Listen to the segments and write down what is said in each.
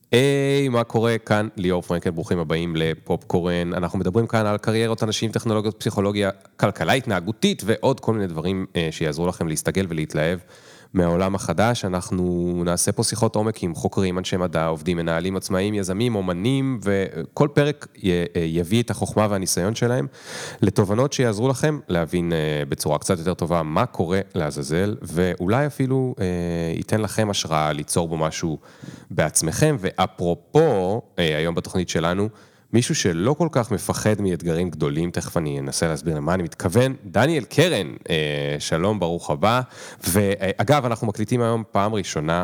היי, מה קורה? כאן ליאור פרנקל, ברוכים הבאים לפופקורן. אנחנו מדברים כאן על קריירות אנשים, טכנולוגיות, פסיכולוגיה, כלכלה התנהגותית ועוד כל מיני דברים שיעזרו לכם להסתגל ולהתלהב מהעולם החדש. אנחנו נעשה פה שיחות עומק עם חוקרים, אנשי מדע, עובדים, מנהלים עצמאיים, יזמים, אומנים, וכל פרק יביא את החוכמה והניסיון שלהם לתובנות שיעזרו לכם להבין בצורה קצת יותר טובה מה קורה לעזאזל, ואולי אפילו ייתן לכם השראה ליצור בו משהו בעצמכם. ואפרופו, היום בתוכנית שלנו, מישהו שלא כל כך מפחד מאתגרים גדולים, תכף אני אנסה להסביר למה אני מתכוון, דניאל קרן, שלום, ברוך הבא, ואגב, אנחנו מקליטים היום פעם ראשונה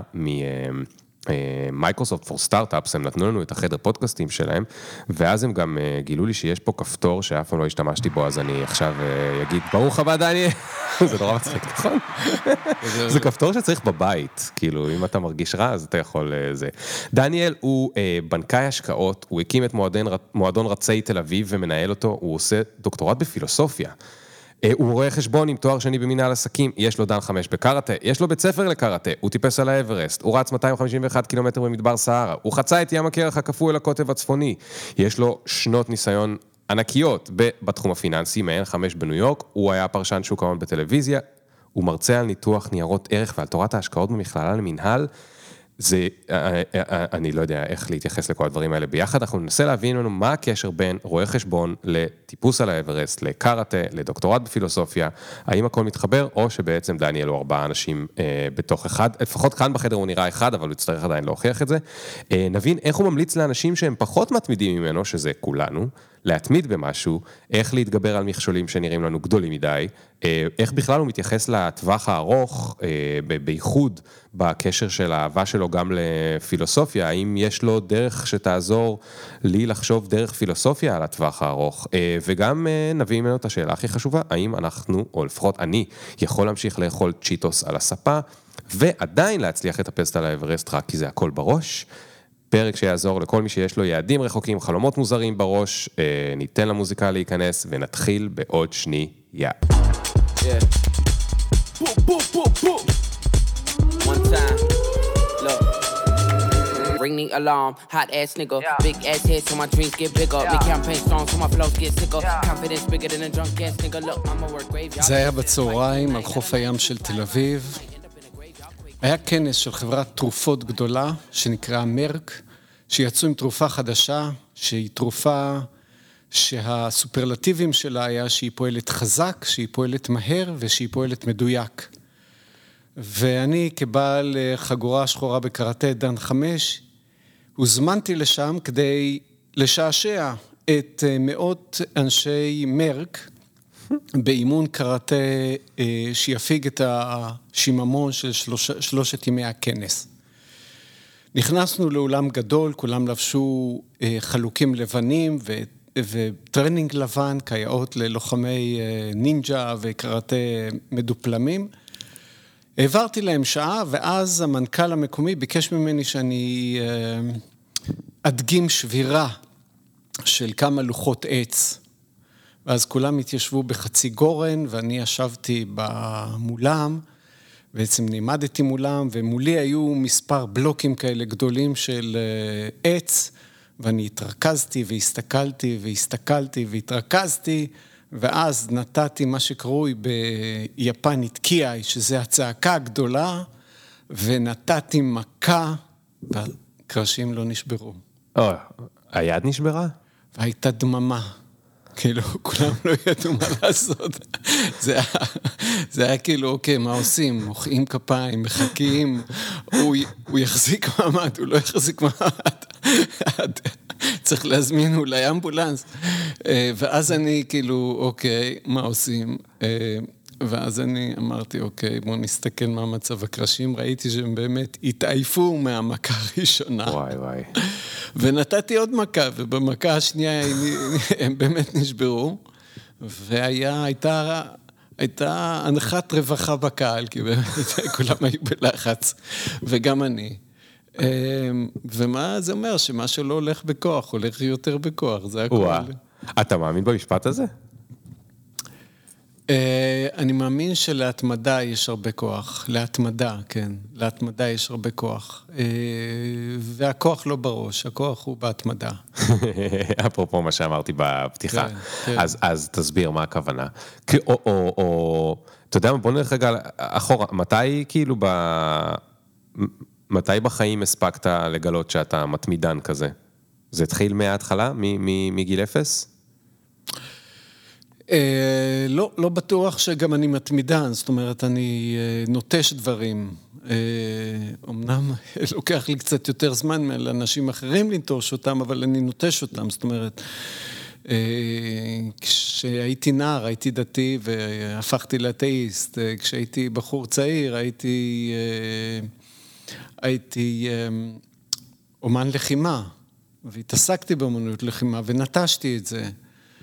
מייקרוסופט פור סטארט-אפס, הם נתנו לנו את החדר פודקאסטים שלהם, ואז הם גם גילו לי שיש פה כפתור שאף פעם לא השתמשתי בו, אז אני עכשיו אגיד, ברוך הבא דניאל, זה נורא מצחיק, נכון? זה כפתור שצריך בבית, כאילו, אם אתה מרגיש רע, אז אתה יכול זה. דניאל הוא בנקאי השקעות, הוא הקים את מועדון רצי תל אביב ומנהל אותו, הוא עושה דוקטורט בפילוסופיה. הוא רואה חשבון עם תואר שני במנהל עסקים, יש לו דן 5 בקראטה, יש לו בית ספר לקראטה, הוא טיפס על האברסט, הוא רץ 251 קילומטר במדבר סהרה, הוא חצה את ים הקרח הכפוי אל הקוטב הצפוני, יש לו שנות ניסיון ענקיות בתחום הפיננסי, מעין 5 בניו יורק, הוא היה פרשן שוק ההון בטלוויזיה, הוא מרצה על ניתוח ניירות ערך ועל תורת ההשקעות במכללה למנהל, זה, אני לא יודע איך להתייחס לכל הדברים האלה ביחד, אנחנו ננסה להבין לנו מה הקשר בין רואה חשבון לטיפוס על האברסט, לקראטה, לדוקטורט בפילוסופיה, האם הכל מתחבר, או שבעצם דניאל הוא 4 אנשים בתוך אחד, לפחות כאן בחדר הוא נראה אחד, אבל הוא יצטרך עדיין להוכיח את זה, נבין איך הוא ממליץ לאנשים שהם פחות מתמידים ממנו, שזה כולנו, להתמיד במשהו, איך להתגבר על מכשולים שנראים לנו גדולים מדי, איך בכלל הוא מתייחס לטווח הארוך, בייחוד בקשר של האהבה שלו גם לפילוסופיה, האם יש לו דרך שתעזור לי לחשוב דרך פילוסופיה על הטווח הארוך, וגם נביא ממנו את השאלה הכי חשובה, האם אנחנו, או לפחות אני, יכול להמשיך לאכול צ'יטוס על הספה, ועדיין להצליח לטפס על האברסט רק כי זה הכל בראש, פרק שיעזור לכל מי שיש לו יעדים רחוקים, חלומות מוזרים בראש, ניתן למוזיקה להיכנס ונתחיל בעוד שנייה. Yeah. Boom, boom, boom, boom. One time, look. Ring the alarm, hot ass nigga. Yeah. Big ass head so my dreams get bigger. Yeah. Make campaign songs so my flows get sicker. Yeah. Confidence bigger than a drunk ass nigga. Look, I'ma work graveyard. זה היה בצהריים על חוף הים של תל אביב. היה כנס של חברת תרופות גדולה שנקרא מרק, שיצאו עם תרופה חדשה, שהיא תרופה שהסופרלטיבים שלה היה שהיא פועלת חזק, שהיא פועלת מהר ושהיא פועלת מדויק. ואני כבעל חגורה שחורה בקראטה דן 5, הוזמנתי לשם כדי לשעשע את מאות אנשי מרק, באימון קראטה שיפיג את השיממון של שלושת ימי הכנס. נכנסנו לאולם גדול, כולם לבשו חלוקים לבנים וטרנינג לבן, כיאות ללוחמי נינג'ה וקראטה מדופלמים. העברתי להם שעה, ואז המנכ"ל המקומי ביקש ממני שאני אדגים שבירה של כמה לוחות עץ. ואז כולם התיישבו בחצי גורן, ואני ישבתי מולם, בעצם נעמדתי מולם, ומולי היו מספר בלוקים כאלה גדולים של עץ, ואני התרכזתי והסתכלתי והסתכלתי והתרכזתי, ואז נתתי מה שקרוי ביפנית קיאי, שזה הצעקה הגדולה, ונתתי מכה, והקרשים לא נשברו. היד נשברה? והייתה דממה. כאילו, כולם לא ידעו מה לעשות. זה היה כאילו, אוקיי, מה עושים? מוחאים כפיים, מחכים, הוא יחזיק מעמד, הוא לא יחזיק מעמד. צריך להזמין אולי אמבולנס. ואז אני כאילו, אוקיי, מה עושים? ואז אני אמרתי, אוקיי, בואו נסתכל מה מצב הקרשים. ראיתי שהם באמת התעייפו מהמכה הראשונה. וואי וואי. ונתתי עוד מכה, ובמכה השנייה הם באמת נשברו, והייתה הנחת רווחה בקהל, כי באמת כולם היו בלחץ, וגם אני. ומה זה אומר? שמה שלא הולך בכוח, הולך יותר בכוח, זה הכל. אתה מאמין במשפט הזה? אני מאמין שלהתמדה יש הרבה כוח. להתמדה, כן. להתמדה יש הרבה כוח. והכוח לא בראש, הכוח הוא בהתמדה. אפרופו מה שאמרתי בפתיחה. כן. אז תסביר מה הכוונה. או, אתה יודע מה, בוא נלך רגע אחורה. מתי בחיים הספקת לגלות שאתה מתמידן כזה? זה התחיל מההתחלה, מגיל 0? לא בטוח שגם אני מתמידן, זאת אומרת, אני נוטש דברים. אמנם לוקח לי קצת יותר זמן לאנשים אחרים לנטוש אותם, אבל אני נוטש אותם, זאת אומרת, כשהייתי נער, הייתי דתי והפכתי לאתאיסט, כשהייתי בחור צעיר, הייתי אומן לחימה, והתעסקתי באמנות לחימה, ונטשתי את זה.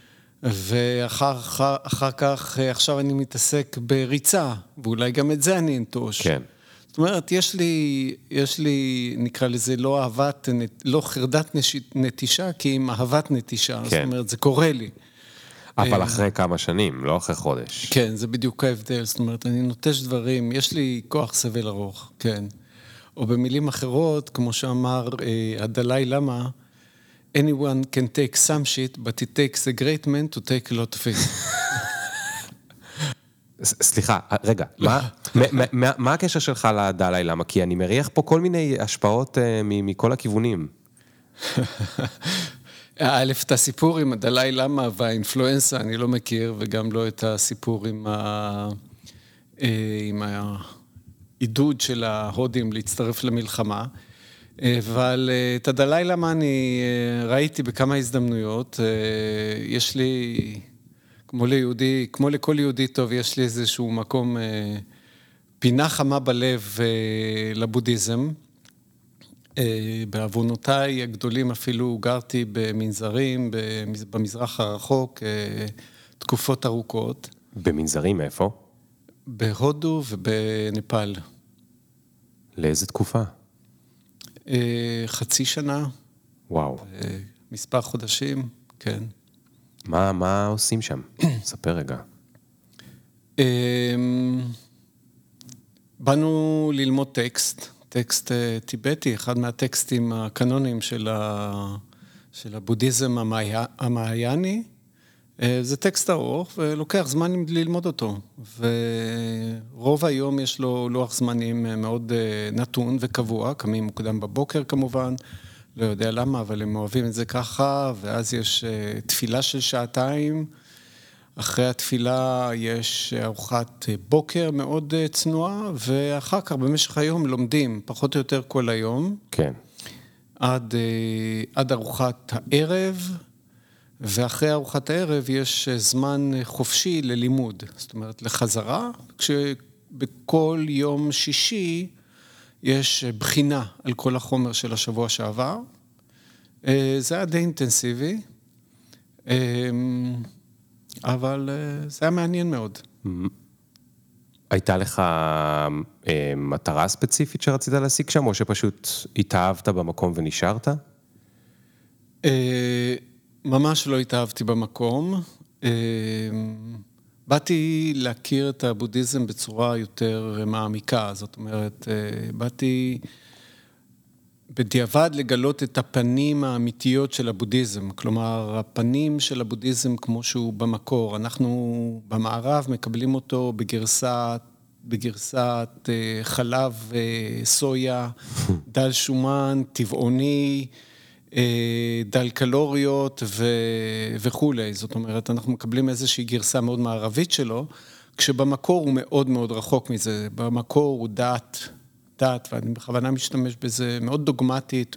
ואחר כך, עכשיו אני מתעסק בריצה, ואולי גם את זה אני אנטוש. כן. זאת אומרת, יש לי, נקרא לזה, לא חרדת נטישה, כי עם אהבת נטישה. כן. זאת אומרת, זה קורה לי. אבל אחרי כמה שנים, לא אחרי חודש. כן, זה בדיוק ההבדל. זאת אומרת, אני נוטש דברים, יש לי כוח סבל ארוך, כן. או במילים אחרות, כמו שאמר הדלאי למה, anyone can take some shit, but it takes a great man to take a lot of it. סליחה, רגע, מה הקשר שלך לדלאי למה? כי אני מריח פה כל מיני השפעות מכל הכיוונים. את הסיפור עם הדלאי למה והאינפלואנסה, אני לא מכיר, וגם לא את הסיפור עם העידוד של ההודים להצטרף למלחמה. אבל את הדלאי למה אני ראיתי בכמה הזדמנויות, יש לי, כמו לכל יהודי טוב, יש לי איזשהו מקום, פינה חמה בלב לבודהיזם. בעוונותיי הגדולים אפילו גרתי במנזרים, במזרח הרחוק, תקופות ארוכות. במנזרים איפה? בהודו ובנפאל. לאיזה תקופה? חצי שנה. וואו. מספר חודשים, כן. מה עושים שם? ספר רגע. באנו ללמוד טקסט טיבטי, אחד מהטקסטים הקנונים של הבודהיזם המהיאני. זה טקסט ארוך ולוקח זמן ללמוד אותו. ורוב היום יש לו לוח זמנים מאוד נתון וקבוע, קמים מוקדם בבוקר כמובן, לא יודע למה, אבל הם אוהבים את זה ככה, ואז יש תפילה של שעתיים, אחרי התפילה יש ארוחת בוקר מאוד צנועה, ואחר כך במשך היום לומדים, פחות או יותר כל היום. כן. עד ארוחת הערב, ואחרי ארוחת הערב יש זמן חופשי ללימוד, זאת אומרת לחזרה, כשבכל יום שישי יש בחינה על כל החומר של השבוע שעבר. זה היה די אינטנסיבי, אבל זה היה מעניין מאוד. הייתה לך מטרה ספציפית שרצית להשיג שם, או שפשוט התאהבת במקום ונשארת? ממש לא התאהבתי במקום. באתי להכיר את הבודהיזם בצורה יותר מעמיקה, זאת אומרת, באתי בדיעבד לגלות את הפנים האמיתיות של הבודהיזם, כלומר, הפנים של הבודהיזם כמו שהוא במקור. אנחנו במערב מקבלים אותו בגרסת חלב, סויה, דל שומן, טבעוני, דל קלוריות וכו'. זאת אומרת, אנחנו מקבלים איזושהי גרסה מאוד מערבית שלו, כשבמקור הוא מאוד מאוד רחוק מזה. במקור הוא דת, ואני בכוונה משתמש בזה, מאוד דוגמטית,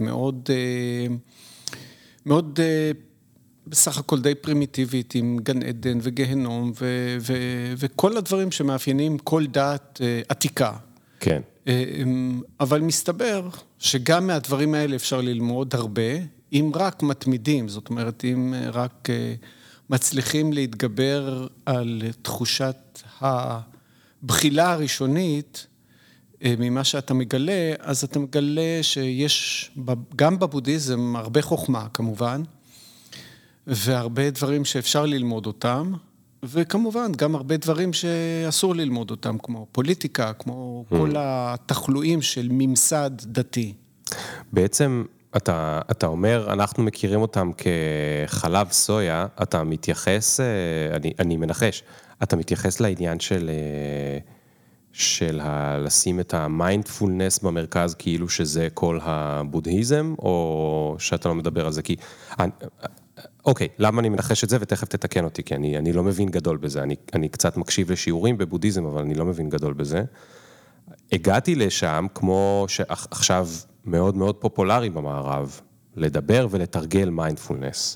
מאוד בסך הכל די פרימיטיבית, עם גן עדן וגהנום, וכל הדברים שמאפיינים כל דת עתיקה. כן. אבל מסתבר שגם מהדברים האלה אפשר ללמוד הרבה, אם רק מתמידים, זאת אומרת, אם רק מצליחים להתגבר על תחושת הבחילה הראשונית, ממה שאתה מגלה, אז אתה מגלה שיש גם בבודהיזם הרבה חוכמה כמובן, והרבה דברים שאפשר ללמוד אותם, וכמובן, גם הרבה דברים שאסור ללמוד אותם, כמו פוליטיקה, כמו כל התחלואים של ממסד דתי. בעצם, אתה אומר, אנחנו מכירים אותם כחלב סויה, אתה מתייחס, אני מנחש, אתה מתייחס לעניין של לשים את המיינדפולנס במרכז, כאילו שזה כל הבודהיזם, או שאתה לא מדבר על זה, כי... אוקיי, למה אני מנחש את זה, ותכף תתקן אותי, כי אני לא מבין גדול בזה, אני קצת מקשיב לשיעורים בבודהיזם, אבל אני לא מבין גדול בזה. הגעתי לשם, כמו שעכשיו מאוד מאוד פופולרי במערב, לדבר ולתרגל מיינדפולנס,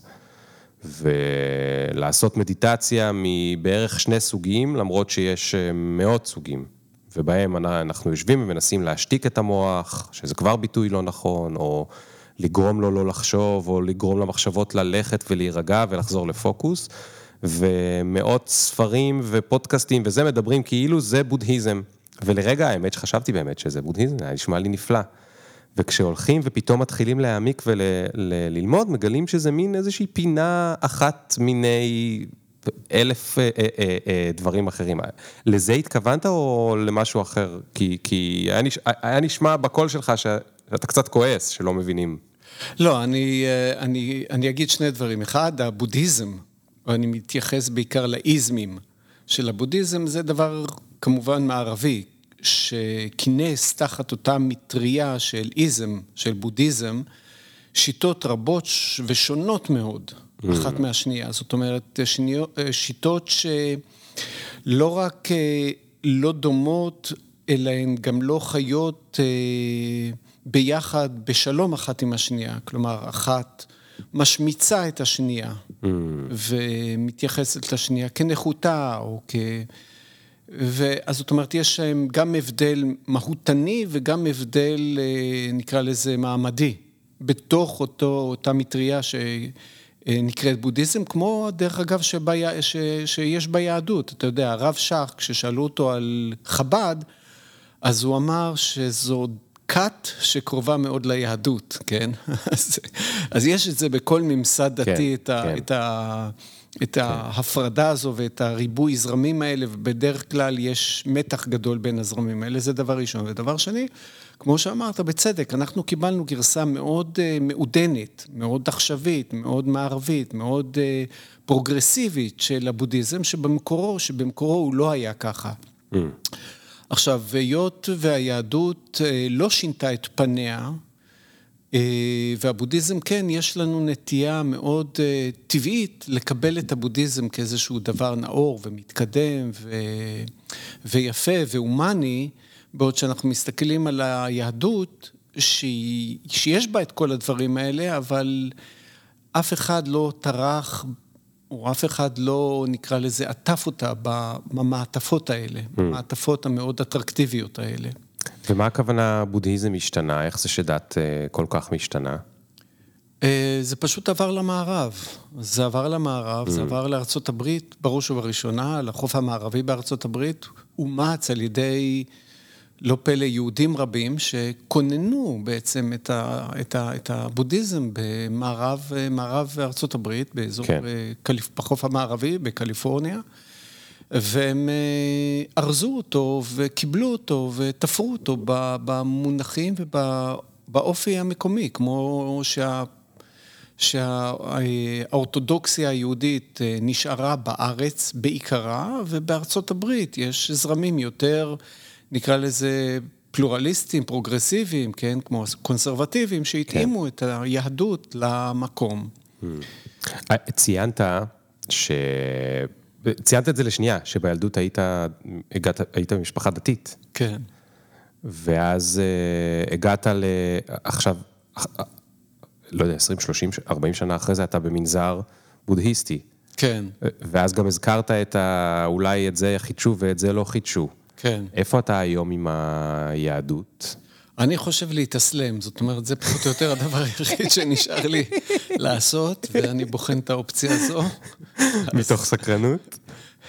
ולעשות מדיטציה מבערך 2 סוגים, למרות שיש מאות סוגים, ובהם אנחנו יושבים ומנסים להשתיק את המוח, שזה כבר ביטוי לא נכון, או לגרום לו לא לחשוב, או לגרום למחשבות ללכת ולהירגע ולחזור לפוקוס, ומאות ספרים ופודקאסטים, וזה מדברים כאילו זה בודהיזם. ולרגע האמת שחשבתי באמת שזה בודהיזם, היה נשמע לי נפלא. וכשהולכים ופתאום מתחילים להעמיק וללמוד, מגלים שזה מין איזושהי פינה אחת מיני 1000 דברים אחרים. לזה התכוונת או למשהו אחר? כי היה נשמע בקול שלך שאתה קצת כועס, שלא מבינים. לא, אני אגיד 2 דברים. אחד, הבודהיזם, ואני מתייחס בעיקר לאיזמים של הבודהיזם, זה דבר כמובן מערבי, שכינס תחת אותה מטריה של איזם, של בודהיזם, שיטות רבות ושונות מאוד, אחת מהשנייה. זאת אומרת, שיטות שלא רק לא דומות, אלא הן גם לא חיות ביחד, בשלום אחת עם השנייה. כלומר, אחת משמיצה את השנייה, ומתייחסת לשנייה כנחותה, או אז זאת אומרת, יש גם הבדל מהותני, וגם הבדל, נקרא לזה, מעמדי, בתוך אותה מטריה שנקראת בודהיזם, כמו דרך אגב שיש ביהדות. אתה יודע, הרב שך, כששאלו אותו על חב"ד, אז הוא אמר שזו כת שקרובה מאוד ליהדות, כן? אז יש את זה בכל ממסד דתי, את ההפרדה הזו ואת הריבוי זרמים האלה, ובדרך כלל יש מתח גדול בין הזרמים האלה, זה דבר ראשון. ודבר שני, כמו שאמרת, בצדק, אנחנו קיבלנו גרסה מאוד מעודנת, מאוד עכשווית, מאוד מערבית, מאוד פרוגרסיבית של הבודהיזם, שבמקורו הוא לא היה ככה. עכשיו, היות והיהדות לא שינתה את פניה, והבודהיזם כן, יש לנו נטייה מאוד טבעית לקבל את הבודהיזם כאיזשהו דבר נאור ומתקדם ויפה והומני, בעוד שאנחנו מסתכלים על היהדות שיש בה את כל הדברים האלה, אבל אף אחד לא טרח, או אף אחד לא נקרא לזה עטף אותה במעטפות האלה, במעטפות המאוד אטרקטיביות האלה. ומה הכוונה בודהיזם השתנה? איך זה שדת כל כך משתנה? זה פשוט עבר למערב. זה עבר למערב, זה עבר לארצות הברית, בראש ובראשונה, לחוף המערבי בארצות הברית, אומץ על ידי לא פלא יהודים רבים, שכוננו בעצם את הבודהיזם במערב ארצות הברית, באזור בחוף המערבי, בקליפורניה, והם ארזו אותו וקיבלו אותו ותפרו אותו במונחים ובאופי המקומי, כמו שהאורתודוקסיה היהודית נשארה בארץ בעיקרה, ובארצות הברית יש זרמים יותר, נקרא לזה פלורליסטים, פרוגרסיביים, כן, כמו קונסרבטיביים, שהתאימו את היהדות למקום. ציינת ציינת את זה לשנייה, שבילדות היית במשפחה דתית. כן. ואז הגעת עכשיו, לא יודע, 20, 30, 40 שנה אחרי זה, אתה במנזר בודהיסטי. כן. ואז גם הזכרת אולי את זה חידשו ואת זה לא חידשו. כן. איפה אתה היום עם היהדות? אני חושב להתאסלם, זאת אומרת, זה פחות או יותר הדבר היחיד שנשאר לי לעשות, ואני בוחן את האופציה הזו. מתוך סקרנות?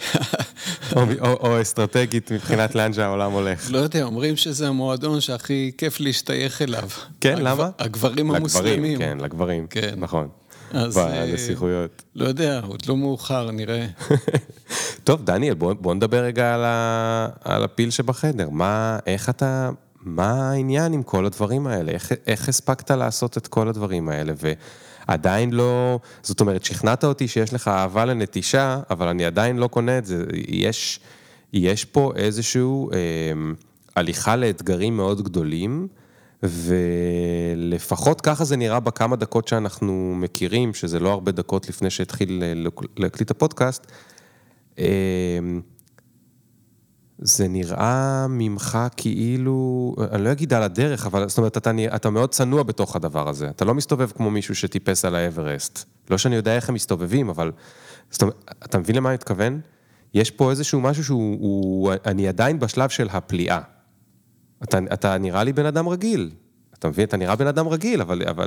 או אסטרטגית מבחינת לאן שהעולם הולך? לא יודע, אומרים שזה המועדון שהכי כיף להשתייך אליו. כן, למה? הגברים המוסלמים. כן, לגברים, נכון. בנסיכויות. לא יודע, עוד לא מאוחר, נראה. טוב, דניאל, בוא נדבר רגע על הפיל שבחדר. מה העניין עם כל הדברים האלה? איך הספקת לעשות את כל הדברים האלה? ועדיין לא, זאת אומרת, שכנעת אותי שיש לך אהבה לנטישה, אבל אני עדיין לא קונה את זה. יש פה איזשהו הליכה לאתגרים מאוד גדולים, ולפחות ככה זה נראה בכמה דקות שאנחנו מכירים, שזה לא הרבה דקות לפני שהתחיל להקליט הפודקאסט, זה נראה ממך כאילו, אני לא אגיד על הדרך, אבל זאת אומרת, אתה מאוד צנוע בתוך הדבר הזה. אתה לא מסתובב כמו מישהו שטיפס על האברסט. לא שאני יודע איך הם מסתובבים, אבל זאת אומרת, אתה מבין למה אני מתכוון? יש פה איזשהו משהו שהוא, אני עדיין בשלב של הפליאה. אתה נראה לי בן אדם רגיל. אתה מבין? אתה נראה בן אדם רגיל,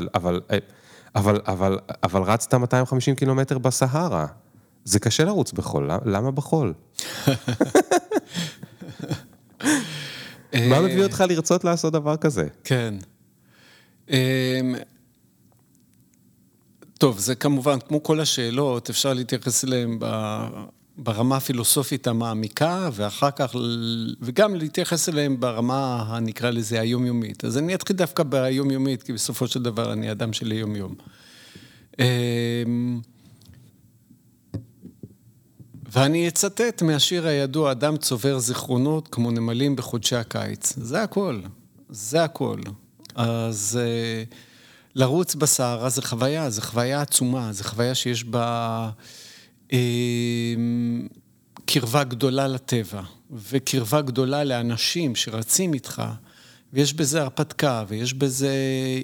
אבל רצת 250 קילומטר בסהרה. זה קשה לרוץ בחול, למה בחול? מה מביא אותך לרצות לעשות דבר כזה? כן. טוב, זה כמובן, כמו כל השאלות, אפשר להתייחס אליהן ברמה הפילוסופית המעמיקה, ואחר כך, וגם להתייחס אליהן ברמה, נקרא לזה, היומיומית. אז אני אתחיל דווקא ביומיומית, כי בסופו של דבר אני אדם של יום-יום. ואני אצטט מהשיר הידוע, אדם צובר זיכרונות כמו נמלים בחודשי הקיץ. זה הכל, זה הכל. אז לרוץ בסערה זה חוויה עצומה, זה חוויה שיש בה קרבה גדולה לטבע, וקרבה גדולה לאנשים שרצים איתך, ויש בזה הרפתקה, ויש בזה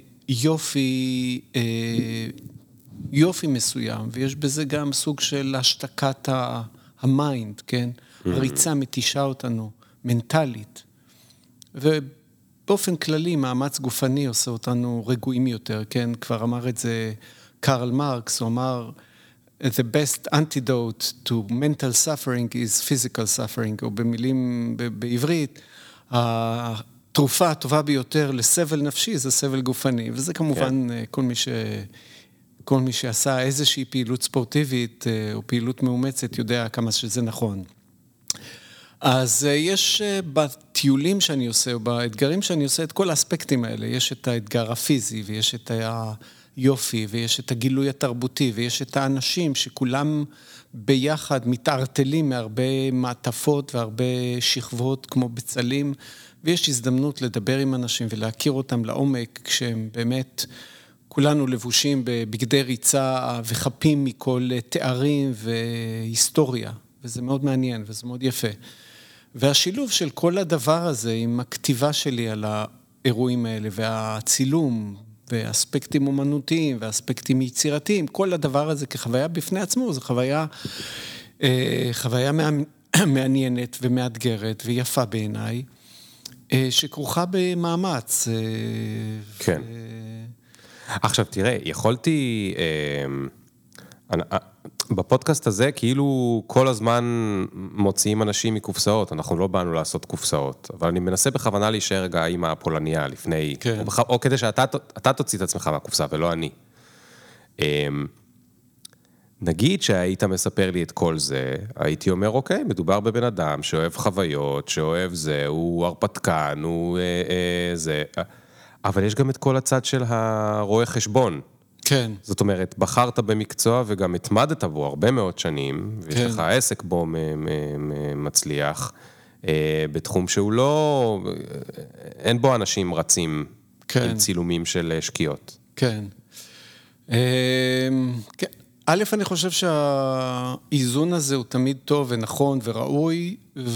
יופי מסוים, ויש בזה גם סוג של השתקת המיינד, כן? הריצה מתישה אותנו, מנטלית. ובאופן כללי, מאמץ גופני עושה אותנו רגועים יותר, כן? כבר אמר את זה קרל מרקס, הוא אמר, the best antidote to mental suffering is physical suffering, או במילים בעברית, התרופה הטובה ביותר לסבל נפשי זה סבל גופני, וזה כמובן כל מי שעשה איזושהי פעילות ספורטיבית או פעילות מאומצת יודע כמה שזה נכון. אז יש בטיולים שאני עושה, או באתגרים שאני עושה, את כל האספקטים האלה. יש את האתגר הפיזי, ויש את היופי, ויש את הגילוי התרבותי, ויש את האנשים שכולם ביחד מתערטלים מהרבה מעטפות והרבה שכבות כמו בצלים, ויש הזדמנות לדבר עם אנשים ולהכיר אותם לעומק, כשהם באמת כולנו לבושים בבגדי ריצה וחפים מכל תארים והיסטוריה, וזה מאוד מעניין וזה מאוד יפה. והשילוב של כל הדבר הזה עם הכתיבה שלי על האירועים האלה והצילום ואספקטים אומנותיים ואספקטים יצירתיים, כל הדבר הזה כחוויה בפני עצמו, זו חוויה מעניינת ומאתגרת ויפה בעיניי, שכרוכה במאמץ. כן. עכשיו תראה, יכולתי, בפודקאסט הזה כאילו כל הזמן מוציאים אנשים מקופסאות, אנחנו לא באנו לעשות קופסאות, אבל אני מנסה בכוונה להישאר רגע עם הפולניה לפני, כן. או כדי שאתה תוציא את עצמך מהקופסה ולא אני. נגיד שהיית מספר לי את כל זה, הייתי אומר, אוקיי, מדובר בבן אדם שאוהב חוויות, שאוהב זה, הוא הרפתקן, הוא זה, אבל יש גם את כל הצד של הרואה חשבון. כן. זאת אומרת, בחרת במקצוע וגם התמדת בו הרבה מאוד שנים, ויש לך עסק בו מצליח, בתחום שהוא לא, אין בו אנשים רצים עם צילומים של שקיעות. כן. כן. א', אני חושב שהאיזון הזה הוא תמיד טוב ונכון וראוי,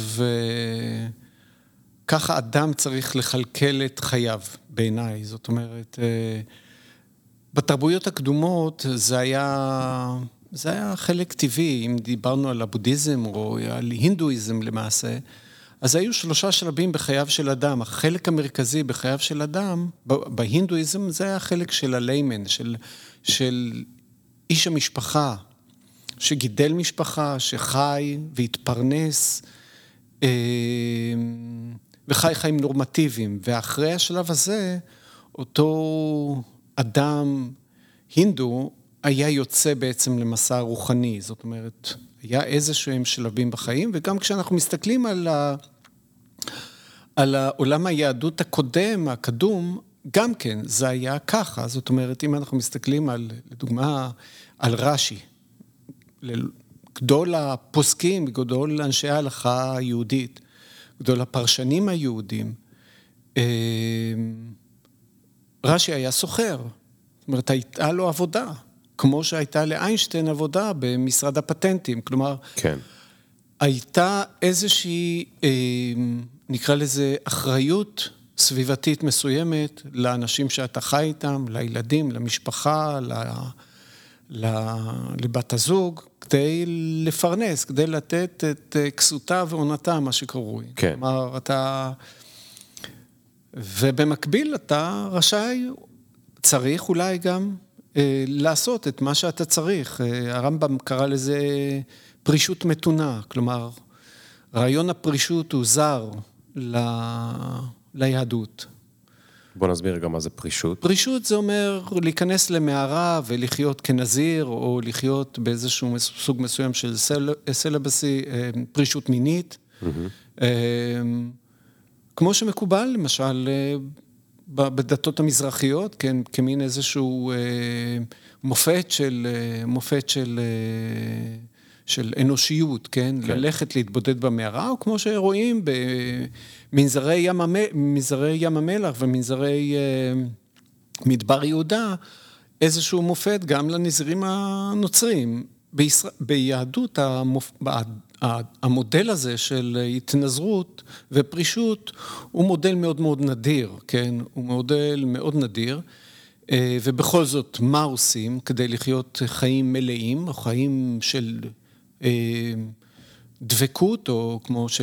וככה אדם צריך לכלכל את חייו בעיניי. זאת אומרת, בתרבויות הקדומות זה היה חלק טבעי, אם דיברנו על הבודהיזם או על הינדואיזם למעשה, אז היו 3 שלבים בחייו של אדם. החלק המרכזי בחייו של אדם, בהינדואיזם זה היה החלק של הליימן, של איש המשפחה, שגידל משפחה, שחי והתפרנס, וחי חיים נורמטיביים. ואחרי השלב הזה, אותו אדם הינדו היה יוצא בעצם למסע רוחני. זאת אומרת, היה איזשהם שלבים בחיים, וגם כשאנחנו מסתכלים על העולם היהדות הקודם, הקדום, גם כן, זה היה ככה. זאת אומרת, אם אנחנו מסתכלים לדוגמה, על רש"י, גדול הפוסקים, גדול אנשי ההלכה היהודית, גדול הפרשנים היהודים, רש"י היה סוחר. זאת אומרת, הייתה לו עבודה, כמו שהייתה לאיינשטיין עבודה במשרד הפטנטים. כלומר, כן. הייתה איזושהי, נקרא לזה, אחריות סביבתית מסוימת לאנשים שאתה חי איתם, לילדים, למשפחה, לבת הזוג, כדי לפרנס, כדי לתת את כסותה ועונתה, מה שקרוי. כן. כלומר, ובמקביל אתה רשאי, צריך אולי גם לעשות את מה שאתה צריך. הרמב"ם קרא לזה פרישות מתונה, כלומר, רעיון הפרישות הוא זר ליהדות. בוא נסביר גם מה זה פרישות. פרישות זה אומר להיכנס למערה ולחיות כנזיר, או לחיות באיזשהו סוג מסוים של סלבסי, פרישות מינית. כמו שמקובל, למשל, בדתות המזרחיות, כן, כמין איזשהו מופת של אנושיות, כן? ללכת להתבודד במערה, או כמו שרואים במנזרי ים המלח ומנזרי מדבר יהודה, איזשהו מופת גם לנזירים הנוצרים. ביהדות המודל הזה של התנזרות ופרישות הוא מודל מאוד מאוד נדיר, כן? הוא מודל מאוד נדיר, ובכל זאת מה עושים כדי לחיות חיים מלאים, או חיים של דבקות, או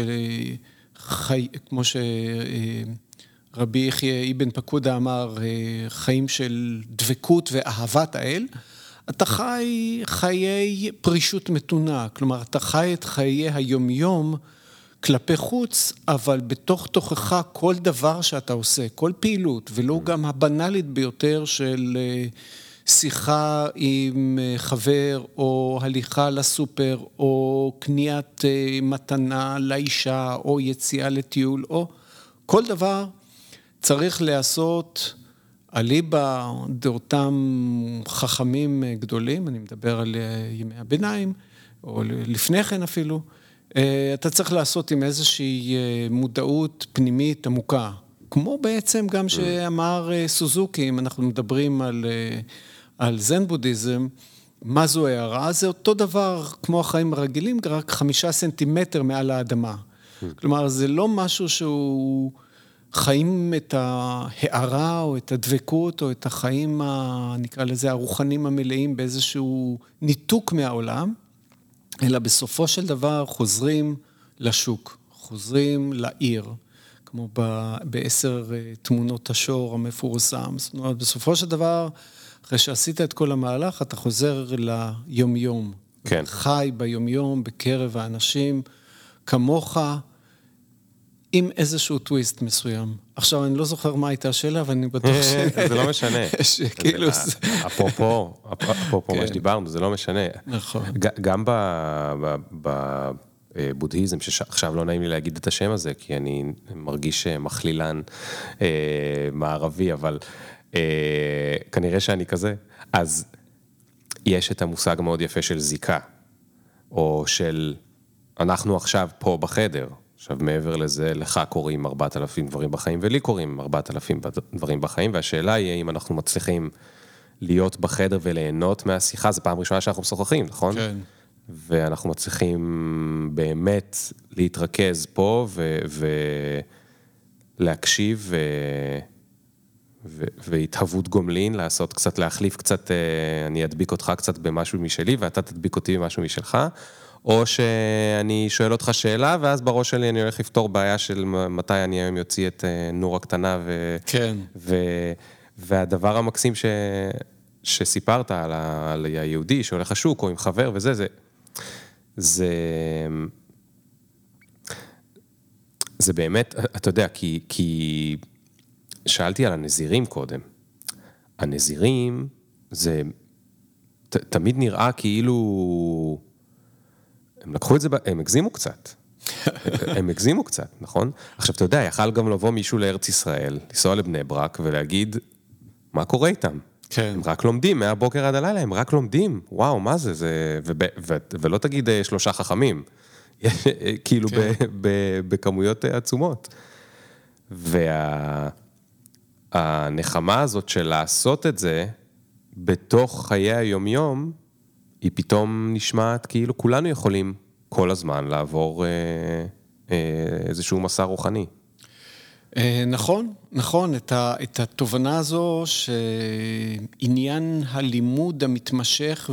כמו שרבי יחיא אבן פקודה אמר, חיים של דבקות ואהבת האל, אתה חי חיי פרישות מתונה, כלומר, אתה חי את חיי היומיום כלפי חוץ, אבל בתוך תוכך כל דבר שאתה עושה, כל פעילות, ולא גם הבנלית ביותר של שיחה עם חבר, או הליכה לסופר, או קניית מתנה לאישה, או יציאה לטיול, או כל דבר צריך לעשות אליבא דאותם חכמים גדולים, אני מדבר על ימי הביניים, או לפני כן אפילו, אתה צריך לעשות עם איזושהי מודעות פנימית עמוקה. כמו בעצם גם שאמר סוזוקי, אם אנחנו מדברים על זן בודהיזם, מה זו הערה? זה אותו דבר כמו החיים הרגילים, רק 5 סנטימטר מעל האדמה. כלומר, זה לא משהו שהוא חיים את ההערה או את הדבקות או את החיים, נקרא לזה, הרוחנים המלאים באיזשהו ניתוק מהעולם, אלא בסופו של דבר חוזרים לשוק, חוזרים לעיר, כמו ב10 תמונות השור המפורסם. זאת אומרת, בסופו של דבר, אחרי שעשית את כל המהלך, אתה חוזר ליום-יום. כן. חי ביום-יום, בקרב האנשים, כמוך, עם איזשהו טוויסט מסוים. עכשיו, אני לא זוכר מה הייתה השאלה, אבל אני בטוח זה לא משנה. שכאילו אפרופו מה שדיברנו, זה לא משנה. נכון. גם בבודהיזם, שעכשיו לא נעים לי להגיד את השם הזה, כי אני מרגיש מכלילן מערבי, אבל כנראה שאני כזה. אז יש את המושג מאוד יפה של זיקה, או של אנחנו עכשיו פה בחדר, עכשיו מעבר לזה, לך קוראים 4,000 דברים בחיים, ולי קוראים 4,000 דברים בחיים, והשאלה היא אם אנחנו מצליחים להיות בחדר וליהנות מהשיחה, זו פעם ראשונה שאנחנו משוחחים, נכון? כן. ואנחנו מצליחים באמת להתרכז פה, ולהקשיב, והתהוות גומלין, לעשות קצת, להחליף קצת, אני אדביק אותך קצת במשהו משלי, ואתה תדביק אותי במשהו משלך, או שאני שואל אותך שאלה, ואז בראש שלי אני הולך לפתור בעיה של מתי אני היום יוציא את נור הקטנה, כן. והדבר המקסים שסיפרת על היהודי שהולך לשוק, או עם חבר וזה, זה באמת, אתה יודע, כי שאלתי על הנזירים קודם. הנזירים, זה תמיד נראה כאילו הם לקחו את זה, הם הגזימו קצת. הם הגזימו קצת, נכון? עכשיו, אתה יודע, יכל גם לבוא מישהו לארץ ישראל, לנסוע לבני ברק ולהגיד, מה קורה איתם? כן. הם רק לומדים, מהבוקר עד הלילה, הם רק לומדים. וואו, מה זה? ולא תגיד 3 חכמים. כאילו בכמויות עצומות. והנחמה הזאת של לעשות את זה, בתוך חיי היומיום, היא פתאום נשמעת כאילו כולנו יכולים כל הזמן לעבור איזשהו מסע רוחני. נכון, נכון, את התובנה הזו שעניין הלימוד המתמשך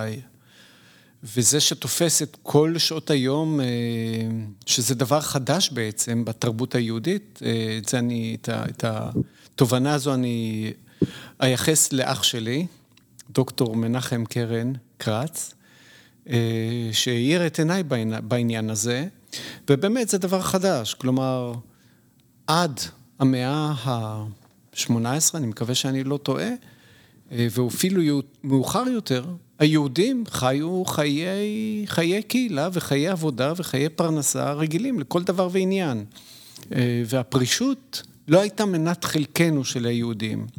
וזה שתופס את כל שעות היום, שזה דבר חדש בעצם בתרבות היהודית, את התובנה הזו אני אייחס לאח שלי, דוקטור מנחם קרן קרץ, שהאיר את עיניי בעניין הזה, ובאמת זה דבר חדש, כלומר, עד המאה ה-18, אני מקווה שאני לא טועה, ואפילו מאוחר יותר, היהודים חיו חיי קהילה וחיי עבודה וחיי פרנסה רגילים לכל דבר ועניין. והפרישות לא הייתה מנת חלקנו של היהודים.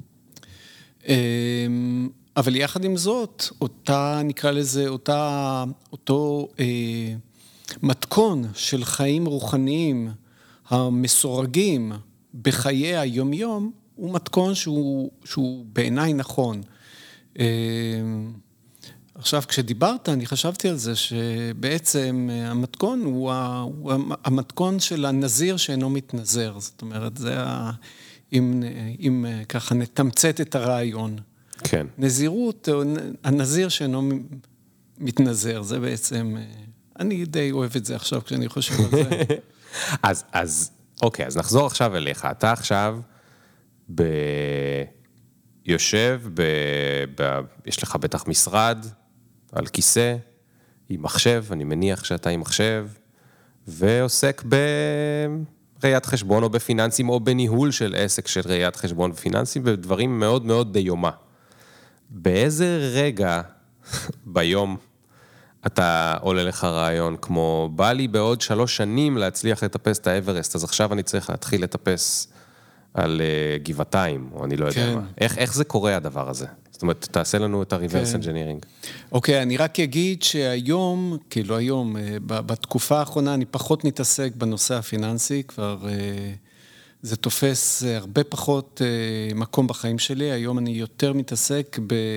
אבל יחד עם זאת, נקרא לזה, אותו מתכון של חיים רוחניים המסורגים בחיי היום-יום, הוא מתכון שהוא בעיניי נכון. עכשיו, כשדיברת, אני חשבתי על זה שבעצם המתכון הוא המתכון של הנזיר שאינו מתנזר. זאת אומרת, זה אם ככה נתמצת את הרעיון. כן. נזירות, הנזיר שאינו מתנזר, זה בעצם, אני די אוהב את זה עכשיו כשאני חושב על זה. אז, אוקיי, אז נחזור עכשיו אליך. אתה עכשיו יושב, יש לך בטח משרד, על כיסא, עם מחשב, אני מניח שאתה עם מחשב, ועוסק בראיית חשבון או בפיננסים, או בניהול של עסק של ראיית חשבון ופיננסים, ודברים מאוד מאוד דיומה. באיזה רגע ביום אתה עולה לך רעיון, כמו בא לי בעוד 3 שנים להצליח לטפס את האברסט, אז עכשיו אני צריך להתחיל לטפס על גבעתיים, או אני לא יודע כן. מה. איך זה קורה הדבר הזה? זאת אומרת, תעשה לנו את ה-reverse engineering. אוקיי, אני רק אגיד שהיום, כאילו היום, בתקופה האחרונה אני פחות מתעסק בנושא הפיננסי, כבר זה תופס הרבה פחות מקום בחיים שלי, היום אני יותר מתעסק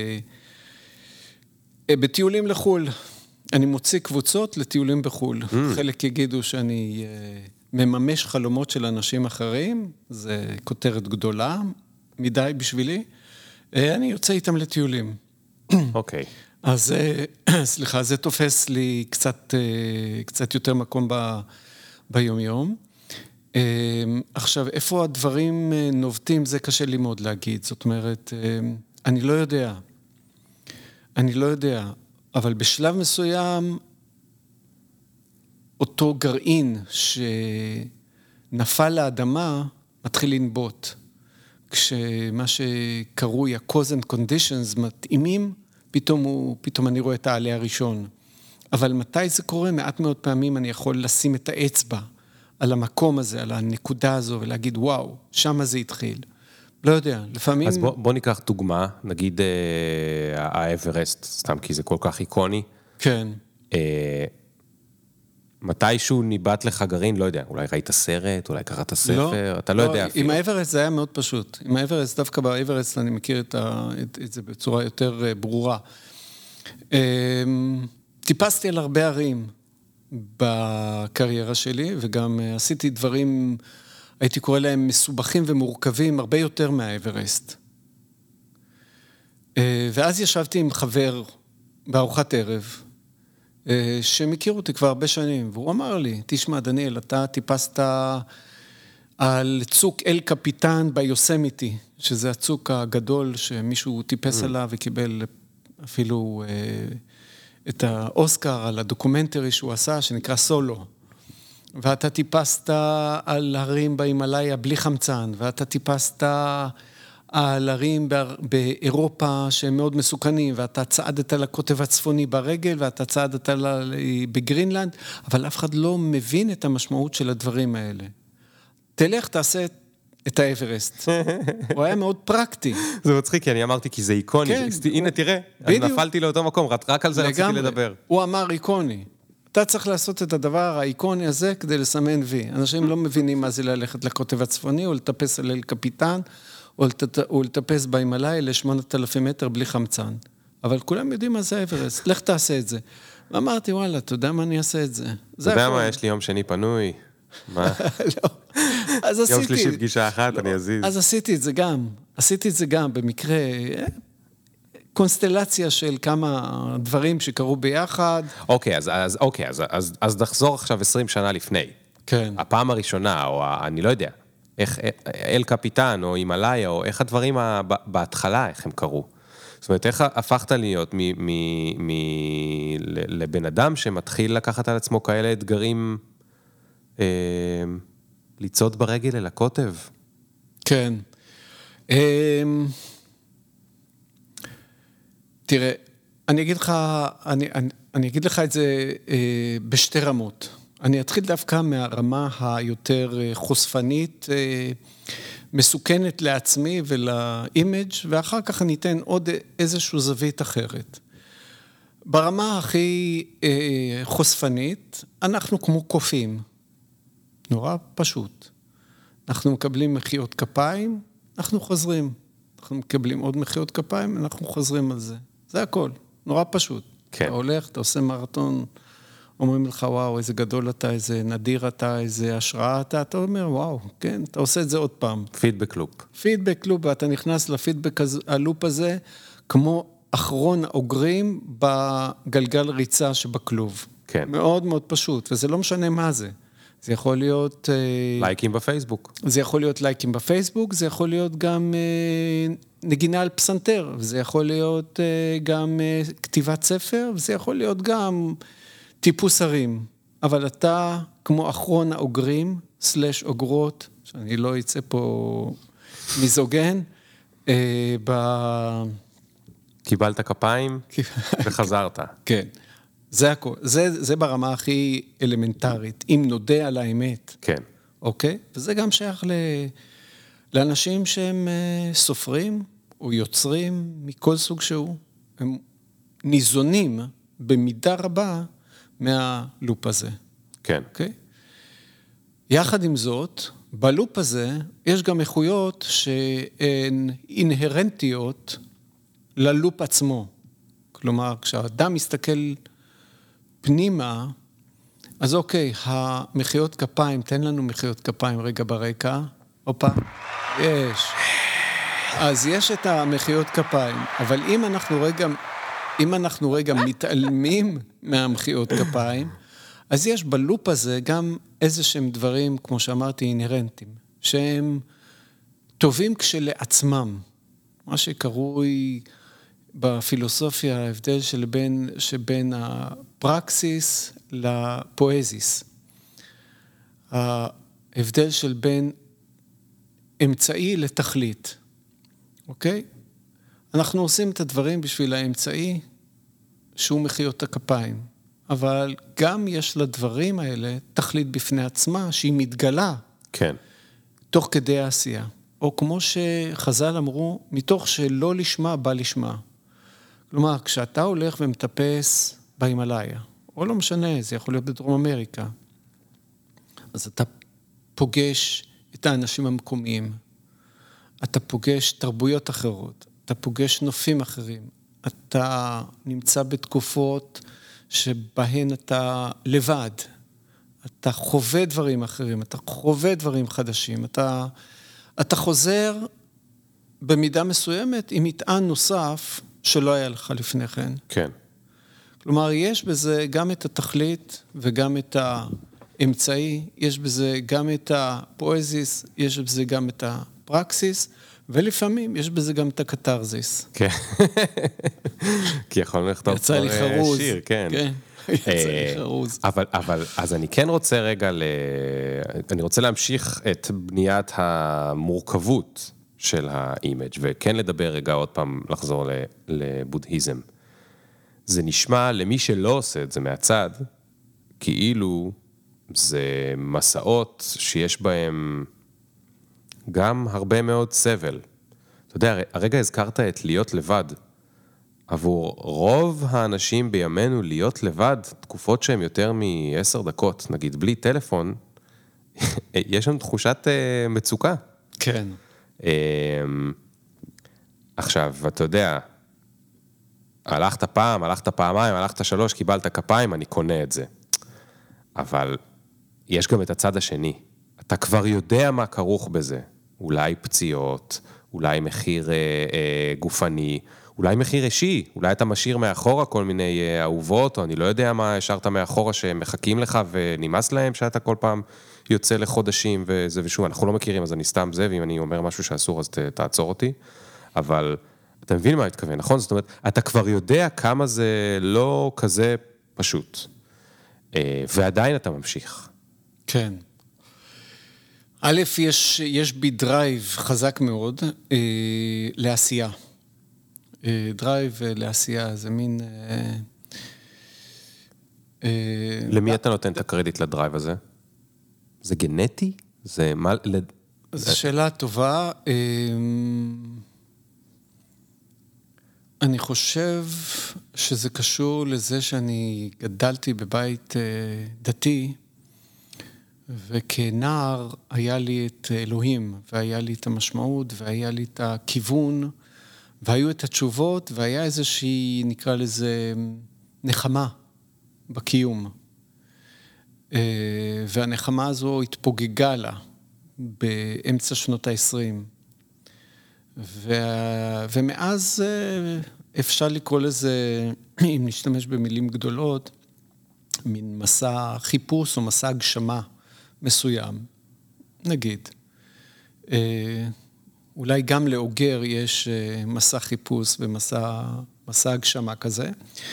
בטיולים לחול. אני מוציא קבוצות לטיולים בחול. חלק יגידו שאני מממש חלומות של אנשים אחרים, זה כותרת גדולה מדי בשבילי, אני יוצא איתם לטיולים. אוקיי. אז, סליחה, זה תופס לי קצת יותר מקום ביום-יום. עכשיו, איפה הדברים נובטים, זה קשה לי מאוד להגיד. זאת אומרת, אני לא יודע, אבל בשלב מסוים, אותו גרעין שנפל לאדמה, מתחיל לנבוט. כשמה שקרוי ה-cause and conditions מתאימים, פתאום אני רואה את העלה הראשון. אבל מתי זה קורה? מעט מאוד פעמים אני יכול לשים את האצבע על המקום הזה, על הנקודה הזו, ולהגיד, וואו, שמה זה התחיל. לא יודע, לפעמים... אז בוא ניקח דוגמה, נגיד האברסט, סתם כי זה כל כך איקוני. כן. מתישהו ניבט לך גרעין, לא יודע, אולי ראית סרט, אולי קראת ספר, אתה לא יודע אפילו. עם האברסט זה היה מאוד פשוט. עם האברסט, דווקא באברסט אני מכיר את זה בצורה יותר ברורה. טיפסתי על הרבה ערים בקריירה שלי, וגם עשיתי דברים, הייתי קורא להם מסובכים ומורכבים, הרבה יותר מהאברסט. ואז ישבתי עם חבר בארוחת ערב, שמכיר אותי כבר הרבה שנים, והוא אמר לי, תשמע דניאל, אתה טיפסת על צוק אל קפיטן ביוסמיטי, שזה הצוק הגדול שמישהו טיפס עליו וקיבל אפילו את האוסקר על הדוקומנטרי שהוא עשה, שנקרא סולו. ואתה טיפסת על הרים בהימאליה בלי חמצן, ואתה טיפסת על ערים באירופה שהם מאוד מסוכנים, ואתה צעדת לקוטב הצפוני ברגל, ואתה צעדת בגרינלנד, אבל אף אחד לא מבין את המשמעות של הדברים האלה. תלך, תעשה את האברסט. הוא היה מאוד פרקטי. זה מצחיק, כי אני אמרתי, כי זה איקוני. כן, הנה, תראה, אני נפלתי לאותו מקום, רק על זה רציתי לדבר. הוא אמר איקוני. אתה צריך לעשות את הדבר האיקוני הזה כדי לסמן וי. אנשים לא מבינים מה זה ללכת לקוטב הצפוני, או לטפס על אל קפיטן, או לטפס בהימאליה ל-8,000 מטר בלי חמצן. אבל כולם יודעים מה זה אברסט. לך תעשה את זה. ואמרתי, וואלה, אתה יודע מה אני אעשה את זה? אתה יודע מה, יש לי יום שני פנוי. מה? לא. אז עשיתי... יום שלישי פגישה אחת, אני אזיז. אז עשיתי את זה גם, במקרה... קונסטלציה של כמה דברים שקרו ביחד. אוקיי, אז נחזור עכשיו 20 שנה לפני. כן. הפעם הראשונה, או אני לא יודע, איך אל קפיטן, או הימאליה, או איך הדברים בהתחלה, איך הם קרו. זאת אומרת, איך הפכת להיות לבן אדם שמתחיל לקחת על עצמו כאלה אתגרים, ליצוד ברגל אל הקוטב? כן. תראה, אני אגיד לך את זה בשתי רמות. אני אתחיל דווקא מהרמה היותר חושפנית, מסוכנת לעצמי ולאימג', ואחר כך אני אתן עוד איזושהי זווית אחרת. ברמה הכי חושפנית, אנחנו כמו קופים. נורא פשוט. אנחנו מקבלים מחיאות כפיים, אנחנו חוזרים. אנחנו מקבלים עוד מחיאות כפיים, אנחנו חוזרים על זה. זה הכל, נורא פשוט. כן. אתה הולך, אתה עושה מרתון, אומרים לך, וואו, איזה גדול אתה, איזה נדיר אתה, איזה השראה אתה אומר, וואו, כן, אתה עושה את זה עוד פעם. פידבק לופ. פידבק לופ, ואתה נכנס לפידבק הלופ הזה, כמו אחרון האוגרים בגלגל ריצה שבכלוב. כן. מאוד מאוד פשוט, וזה לא משנה מה זה. זה יכול להיות... לייקים בפייסבוק. זה יכול להיות לייקים בפייסבוק, זה יכול להיות גם נגינה על פסנתר, זה יכול להיות גם כתיבת ספר, וזה יכול להיות גם טיפוס הרים. אבל אתה, כמו אחרון האוגרים, סלש אוגרות, שאני לא יצא פה מיזוגן, קיבלת כפיים וחזרת. כן. זה הכל. זה ברמה הכי אלמנטרית, אם נודה על האמת. כן. אוקיי? וזה גם שייך לאנשים שהם סופרים או יוצרים מכל סוג שהוא. הם ניזונים במידה רבה מהלופ הזה. כן. אוקיי? יחד עם זאת, בלופ הזה יש גם איכויות שהן אינהרנטיות ללופ עצמו. כלומר, כשהאדם מסתכל פנימה, אז אוקיי, המחיאות כפיים, תן לנו מחיאות כפיים רגע ברקע. הופה, יש. אז יש את המחיאות כפיים, אבל אם אנחנו רגע מתעלמים מהמחיאות כפיים, אז יש בלופ הזה גם איזשהם דברים, כמו שאמרתי, אינהרנטיים, שהם טובים כשלעצמם. מה שקרוי בפילוסופיה, ההבדל שבין הפרקסיס לפואזיס. ההבדל של בין אמצעי לתכלית. אוקיי? אנחנו עושים את הדברים בשביל האמצעי שהוא מחיאות הכפיים. אבל גם יש לדברים האלה תכלית בפני עצמה שהיא מתגלה. כן. תוך כדי העשייה. או כמו שחז"ל אמרו, מתוך שלא לשמה בא לשמה. כלומר, כשאתה הולך ומטפס בהימאליה, או לא משנה, זה יכול להיות בדרום אמריקה, אז אתה פוגש את האנשים המקומיים, אתה פוגש תרבויות אחרות, אתה פוגש נופים אחרים, אתה נמצא בתקופות שבהן אתה לבד, אתה חווה דברים אחרים, אתה חווה דברים חדשים, אתה חוזר במידה מסוימת עם מטען נוסף שלא היה לך לפני כן. כן. כלומר, יש בזה גם את התכלית וגם את האמצעי, יש בזה גם את הפואזיס, יש בזה גם את הפרקסיס, ולפעמים יש בזה גם את הקטרזיס. כן. כי יכולנו לכתוב יצא לי חרוז. שיר, כן. כן. יצא לי חרוז. אבל, אז אני כן רוצה רגע, אני רוצה להמשיך את בניית המורכבות של האימג' וכן לדבר רגע עוד פעם, לחזור לבודהיזם. זה נשמע למי שלא עושה את זה מהצד, כאילו זה מסעות שיש בהם גם הרבה מאוד סבל. אתה יודע, הרגע הזכרת את להיות לבד. עבור רוב האנשים בימינו להיות לבד, תקופות שהן יותר מ10 דקות, נגיד בלי טלפון, יש שם תחושת מצוקה. כן. עכשיו, אתה יודע, הלכת פעם, הלכת פעמיים, הלכת 3, קיבלת כפיים, אני קונה את זה. אבל יש גם את הצד השני. אתה כבר יודע מה כרוך בזה. אולי פציעות, אולי מחיר גופני, אולי מחיר אישי, אולי אתה משאיר מאחורה כל מיני אהובות, או אני לא יודע מה השארת מאחורה שמחכים לך ונמאס להם שאתה כל פעם יוצא לחודשים וזה ושוב, אנחנו לא מכירים, אז אני סתם זה, ואם אני אומר משהו שאסור, אז תעצור אותי. אבל אתה מבין מה אני מתכוון, נכון? זאת אומרת, אתה כבר יודע כמה זה לא כזה פשוט. ועדיין אתה ממשיך. כן. א', יש בי דרייב חזק מאוד לעשייה. דרייב לעשייה, זה מין... למי אתה נותן את הקרדיט לדרייב הזה? זה גנטי? זה מה... זו שאלה טובה. אני חושב שזה קשור לזה שאני גדלתי בבית דתי, וכנער היה לי את אלוהים, והיה לי את המשמעות, והיה לי את הכיוון, והיו את התשובות, והיה איזושהי, נקרא לזה, נחמה בקיום. והנחמה הזו התפוגגה לה באמצע שנות ה-20. ומאז אפשר לקרוא לזה, אם נשתמש במילים גדולות, מין מסע חיפוש או מסע הגשמה מסוים, נגיד. אולי גם לאוגר יש מסע חיפוש ומסע הגשמה כזה.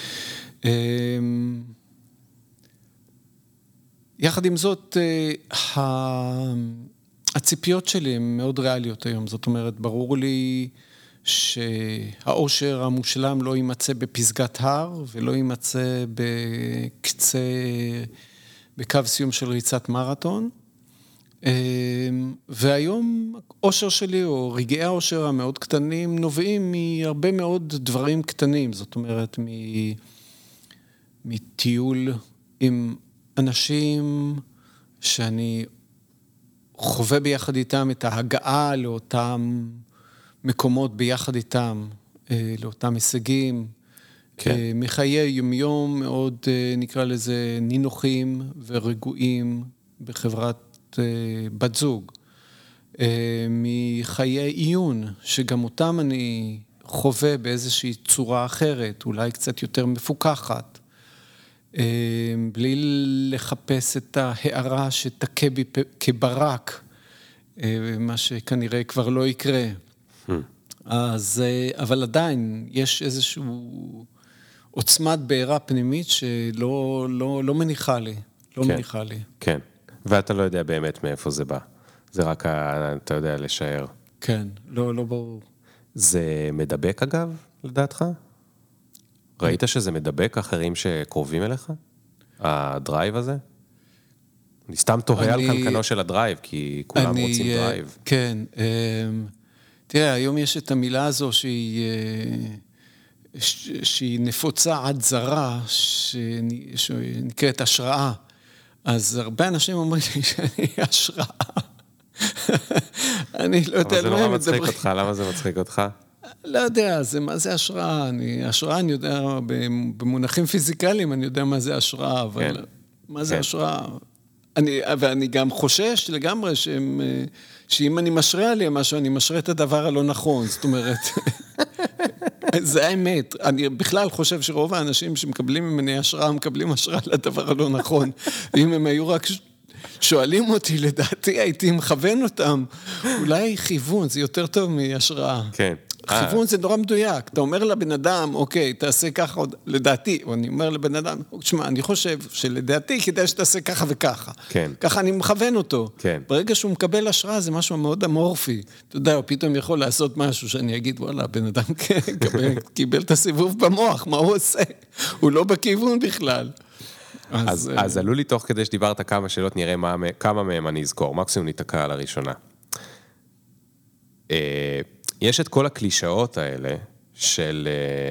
יחד עם זאת, הציפיות שלי הן מאוד ריאליות היום. זאת אומרת, ברור לי שהאושר המושלם לא יימצא בפסגת הר, ולא יימצא בקו סיום של ריצת מרתון. והיום האושר שלי, או רגעי האושר המאוד קטנים, נובעים מהרבה מאוד דברים קטנים. זאת אומרת, מטיול עם אנשים שאני חווה ביחד איתם את ההגעה לאותם מקומות ביחד איתם, לאותם הישגים, כן. מחיי יומיום מאוד, נקרא לזה, נינוחים ורגועים בחברת בת זוג, מחיי עיון, שגם אותם אני חווה באיזושהי צורה אחרת, אולי קצת יותר מפוקחת, בלי לחפש את ההערה שתקה בי כברק, מה שכנראה כבר לא יקרה. אז, אבל עדיין יש איזשהו עוצמת בעירה פנימית שלא מניחה לי, לא מניחה לי. כן, ואתה לא יודע באמת מאיפה זה בא. זה רק, אתה יודע, לשער. כן, לא ברור. זה מדבק אגב, לדעתך? ראית שזה מדבק אחרים שקרובים אליך? הדרייב הזה? אני סתם תוהה על קנקנו של הדרייב, כי כולם רוצים דרייב. כן, תראה, היום יש את המילה הזו שהיא נפוצה עד זרה, שנקראת השראה. אז הרבה אנשים אומרים לי שאני השראה. אני לא יודע על מה הם מדברים. אבל זה נורא מצחיק אותך, למה זה מצחיק אותך? לא יודע, מה זה השראה? השראה אני יודע, במונחים פיזיקליים אני יודע מה זה השראה, אבל מה זה השראה? ואני גם חושש לגמרי שאם אני משרה עליהם משהו, אני משרה את הדבר הלא נכון, זאת אומרת, זה האמת. אני בכלל חושב שרוב האנשים שמקבלים ממני השראה, מקבלים השראה לדבר הלא נכון, ואם הם היו רק שואלים אותי, לדעתי הייתי מכוון אותם, אולי כיוון, זה יותר טוב מהשראה. כן. כיוון זה נורא מדויק. אתה אומר לבן אדם, אוקיי, תעשה ככה, לדעתי, או אני אומר לבן אדם, תשמע, אני חושב שלדעתי כדאי שתעשה ככה וככה. כן. ככה אני מכוון אותו. כן. ברגע שהוא מקבל השראה, זה משהו מאוד אמורפי. אתה יודע, הוא פתאום יכול לעשות משהו שאני אגיד, וואלה, בן אדם קיבל את הסיבוב במוח, מה הוא עושה? הוא לא בכיוון בכלל. אז עלו לי תוך כדי שדיברת כמה שאלות, נראה כמה מהם אני אזכור. מקסימום ניתקע על הראשונה. יש את כל הקלישאות האלה של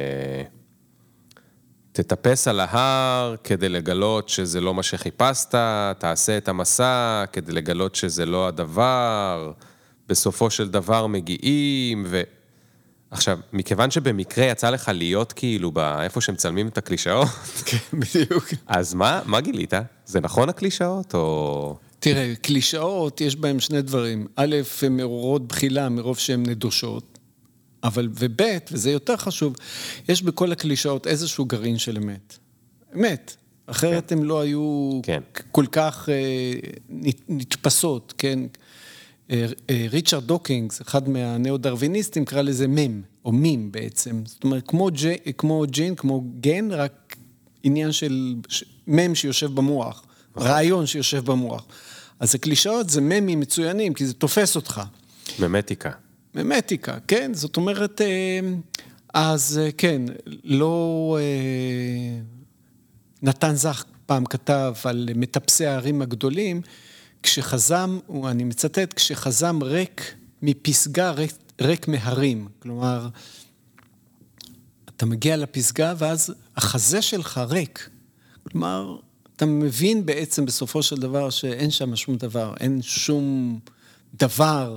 תטפס על ההר כדי לגלות שזה לא מה שחיפשת, תעשה את המסע כדי לגלות שזה לא הדבר, בסופו של דבר מגיעים, עכשיו, מכיוון שבמקרה יצא לך להיות כאילו איפה שמצלמים את הקלישאות, כן, בדיוק. אז מה גילית? זה נכון הקלישאות או... תראה, קלישאות יש בהם שני דברים. א', הן מעוררות בחילה מרוב שהן נדושות, אבל וב', וזה יותר חשוב, יש בכל הקלישאות איזשהו גרעין של אמת. אמת. אחרת הם לא היו כל כך נתפסות, כן? ריצ'רד דוקינגס, אחד מהנאו-דרוויניסטים, קרא לזה מם, או מים בעצם. זאת אומרת, כמו ג'ין, כמו גן, רק עניין של מם שיושב במוח, רעיון שיושב במוח. אז הקלישאות זה ממים מצוינים, כי זה תופס אותך. ממטיקה. ממטיקה, כן. זאת אומרת, אז כן, לא... נתן זך פעם כתב על מטפסי הערים הגדולים, כשחזם, אני מצטט, כשחזם ריק מפסגה, ריק מהרים. כלומר, אתה מגיע לפסגה ואז החזה שלך ריק. כלומר, אתה מבין בעצם בסופו של דבר שאין שם שום דבר, אין שום דבר,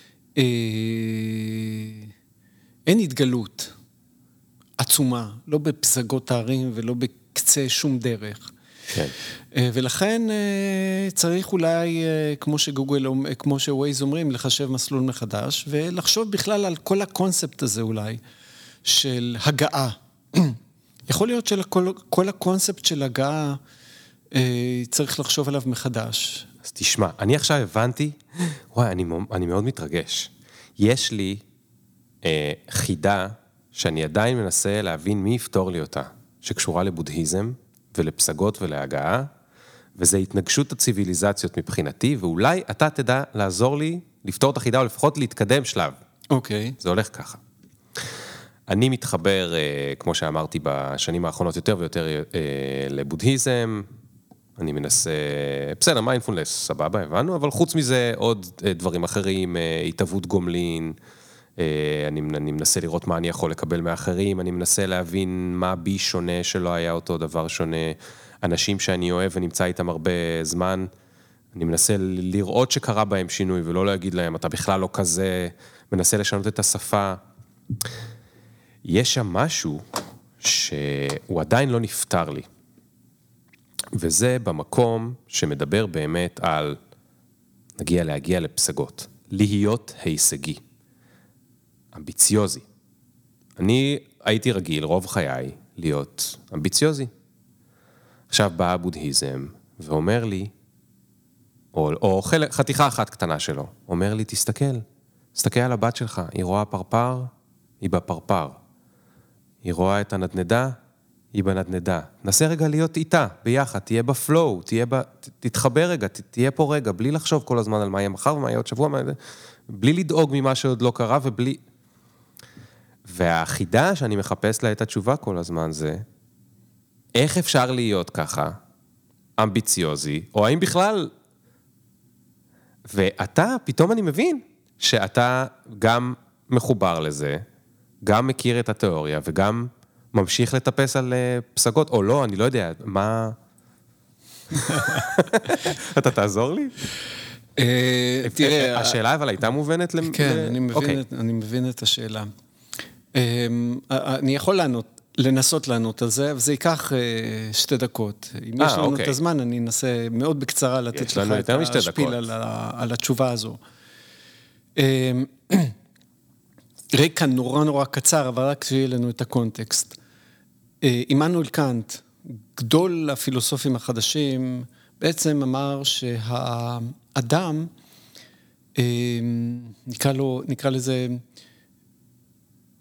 אין התגלות עצומה, לא בפסגות הערים ולא בקצה שום דרך. כן. ולכן צריך אולי, כמו שווייז אומרים, לחשב מסלול מחדש, ולחשוב בכלל על כל הקונספט הזה אולי, של הגעה. יכול להיות שכל הקונספט של הגעה, צריך לחשוב עליו מחדש. אז תשמע, אני עכשיו הבנתי, וואי, אני מאוד מתרגש. יש לי חידה שאני עדיין מנסה להבין מי יפתור לי אותה, שקשורה לבודהיזם ולפסגות ולהגעה, וזה התנגשות הציביליזציות מבחינתי, ואולי אתה תדע לעזור לי לפתור את החידה, או לפחות להתקדם שלב. אוקיי. זה הולך ככה. אני מתחבר, כמו שאמרתי, בשנים האחרונות יותר ויותר לבודהיזם, אני מנסה, בסדר, מיינדפולנס, סבבה, הבנו, אבל חוץ מזה עוד דברים אחרים, התאבות גומלין, אני מנסה לראות מה אני יכול לקבל מאחרים, אני מנסה להבין מה בי שונה שלא היה אותו דבר שונה, אנשים שאני אוהב ונמצא איתם הרבה זמן, אני מנסה לראות שקרה בהם שינוי ולא להגיד להם, אתה בכלל לא כזה, מנסה לשנות את השפה. יש שם משהו שהוא עדיין לא נפטר לי. וזה במקום שמדבר באמת על, להגיע לפסגות, להיות הישגי, אמביציוזי. אני הייתי רגיל רוב חיי להיות אמביציוזי. עכשיו בא הבודהיזם ואומר לי, או חתיכה אחת קטנה שלו, אומר לי, תסתכל על הבת שלך, היא רואה פרפר, היא בפרפר. היא רואה את הנדנדה, היא בנדנדה. נסה רגע להיות איתה, ביחד, תהיה בפלואו, תתחבר רגע, תהיה פה רגע, בלי לחשוב כל הזמן על מה יהיה מחר ומה יהיה עוד שבוע, בלי לדאוג ממה שעוד לא קרה ובלי... והחידה שאני מחפש לה את התשובה כל הזמן זה, איך אפשר להיות ככה, אמביציוזי, או האם בכלל... ואתה, פתאום אני מבין, שאתה גם מחובר לזה, גם מכיר את התיאוריה, וגם ממשיך לטפס על פסגות, או לא, אני לא יודע, מה... אתה תעזור לי? תראה... השאלה אבל הייתה מובנת? כן, אני מבין את השאלה. אני יכול לנסות לענות על זה, וזה ייקח 2 דקות. אם יש לנו את הזמן, אני אנסה מאוד בקצרה לתת לך את השפיל על התשובה הזו. רקע נורא קצר, אבל רק שיהיה לנו את הקונטקסט. עמנואל קאנט, גדול הפילוסופים החדשים, בעצם אמר שהאדם, נקרא לזה,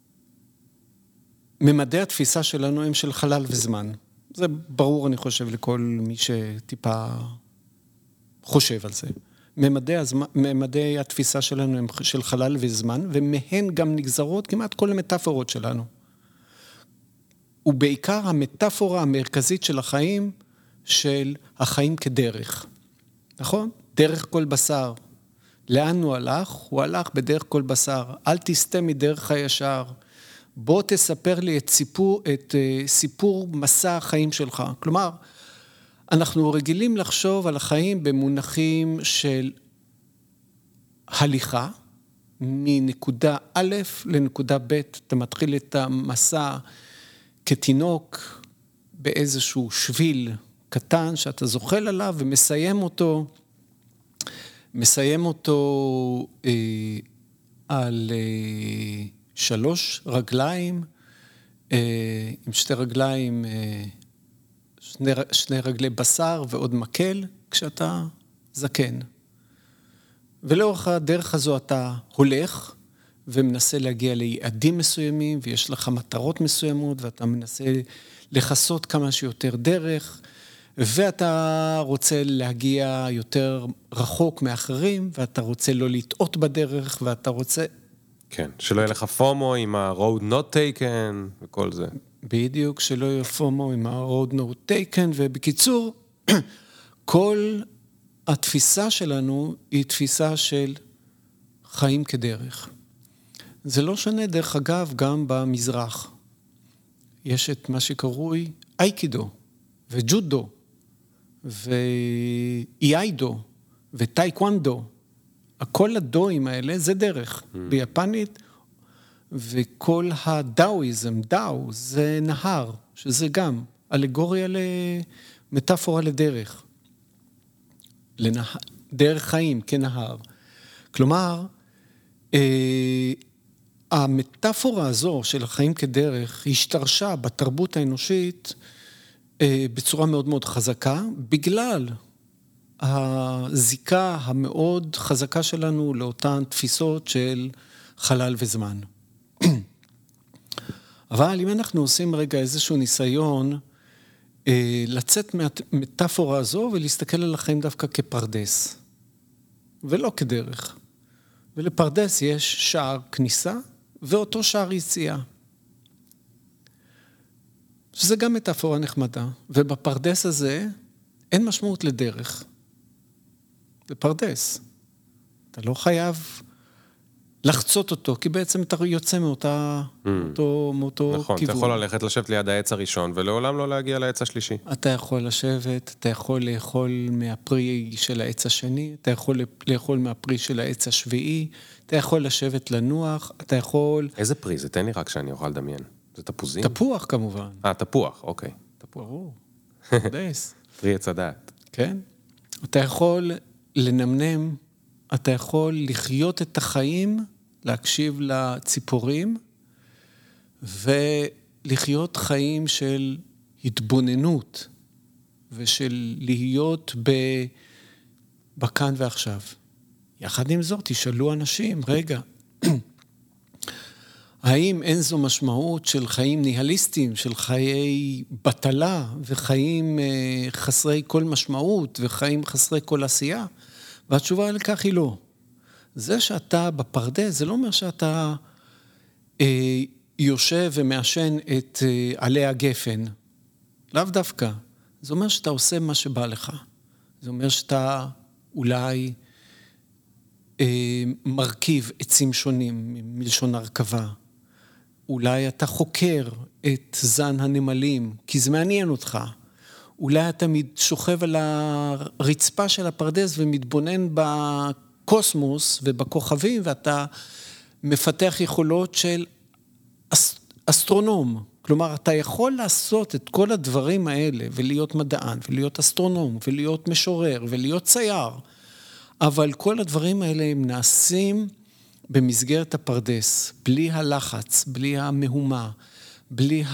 ממדי התפיסה שלנו הם של חלל וזמן. זה ברור, אני חושב, לכל מי שטיפה חושב על זה. ממדי התפיסה שלנו הם של חלל וזמן, ומהן גם נגזרות כמעט כל המטאפורות שלנו. ובעיקר המטאפורה המרכזית של החיים, של החיים כדרך. נכון? דרך כל בשר. לאן הוא הלך? הוא הלך בדרך כל בשר. אל תסתה מדרך הישר. בוא תספר לי את סיפור מסע החיים שלך. כלומר, אנחנו רגילים לחשוב על החיים במונחים של הליכה, מנקודה א' לנקודה ב', אתה מתחיל את המסע כתינוק באיזשהו שביל קטן שאתה זוחל עליו ומסיים אותו על 3 רגליים, עם 2 רגליים, 2 רגלי בשר ועוד מקל, כשאתה זקן. ולאורך הדרך הזו אתה הולך ומנסה להגיע ליעדים מסוימים, ויש לך מטרות מסוימות, ואתה מנסה לחסות כמה שיותר דרך, ואתה רוצה להגיע יותר רחוק מאחרים, ואתה רוצה לא לטעות בדרך, ואתה רוצה... כן, שלא יהיה לך פומו עם ה-road not taken וכל זה. בדיוק, שלא יהיה פומו עם ה-road not taken, ובקיצור, כל התפיסה שלנו היא תפיסה של חיים כדרך. זה לא שונה, דרך אגב, גם במזרח. יש את מה שקרוי איקידו, וג'ודו, ואיידו, וטייקוונדו. כל הדואים האלה זה דרך. ביפנית, וכל הדאואיזם, דאו, זה נהר, שזה גם אלגוריה למטאפורה לדרך. דרך חיים כנהר. כלומר, המטאפורה הזו של החיים כדרך השתרשה בתרבות האנושית בצורה מאוד מאוד חזקה, בגלל הזיקה המאוד חזקה שלנו לאותן תפיסות של חלל וזמן. אבל אם אנחנו עושים רגע איזשהו ניסיון לצאת מהמטאפורה הזו ולהסתכל על החיים דווקא כפרדס, ולא כדרך. ולפרדס יש שער כניסה ואותו שער יציאה. שזה גם מטאפורה נחמדה, ובפרדס הזה אין משמעות לדרך. זה פרדס. אתה לא חייב לחצות אותו, כי בעצם אתה יוצא מאותו נכון, כיוון. אתה יכול ללכת לשבת ליד העץ הראשון, ולעולם לא להגיע לעץ השלישי. אתה יכול לשבת, אתה יכול לאכול מהפרי של העץ השני, אתה יכול לאכול מהפרי של העץ השביעי, אתה יכול לשבת לנוח, אתה יכול... איזה פרי? זה תן לי רק שאני אוכל לדמיין. זה תפוזים? תפוח כמובן. תפוח, אוקיי. תפוח. ברור. פרדס. פרי עץ הדעת. כן. אתה יכול לנמנם, אתה יכול לחיות את החיים, להקשיב לציפורים, ולחיות חיים של התבוננות, ושל להיות בכאן ועכשיו. יחד עם זאת, תשאלו אנשים, רגע, האם אין זו משמעות של חיים ניהליסטיים, של חיי בטלה, וחיים חסרי כל משמעות, וחיים חסרי כל עשייה? והתשובה לכך היא לא. זה שאתה בפרדס, זה לא אומר שאתה יושב ומעשן את עלי הגפן. לאו דווקא. זה אומר שאתה עושה מה שבא לך. זה אומר שאתה אולי מרכיב עצים שונים, מלשון הרכבה. אולי אתה חוקר את זן הנמלים, כי זה מעניין אותך. אולי אתה שוכב על הרצפה של הפרדס ומתבונן בקוסמוס ובכוכבים, ואתה מפתח יכולות של אסטרונום. כלומר, אתה יכול לעשות את כל הדברים האלה, ולהיות מדען, ולהיות אסטרונום, ולהיות משורר, ולהיות צייר. אבל כל הדברים האלה הם נעשים במסגרת הפרדס, בלי הלחץ, בלי המהומה, בלי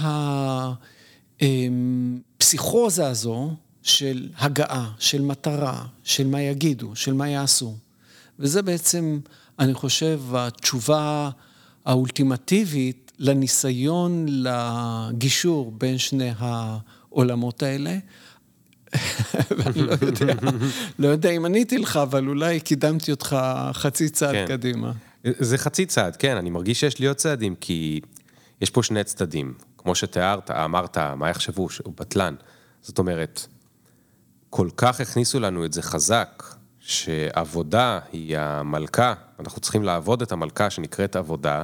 הפסיכוזה הזו של הגעה, של מטרה, של מה יגידו, של מה יעשו. וזה בעצם, אני חושב, התשובה האולטימטיבית לניסיון לגישור בין שני העולמות האלה, ואני לא יודע אם עניתי לך, אבל אולי קידמתי אותך חצי צעד קדימה. זה חצי צעד, כן, אני מרגיש שיש לי עוד צעדים, כי יש פה שני צדדים. כמו שתיארת, אמרת, מה יחשבו, שהוא בטלן. זאת אומרת, כל כך הכניסו לנו את זה חזק, שעבודה היא המלכה, אנחנו צריכים לעבוד את המלכה שנקראת עבודה,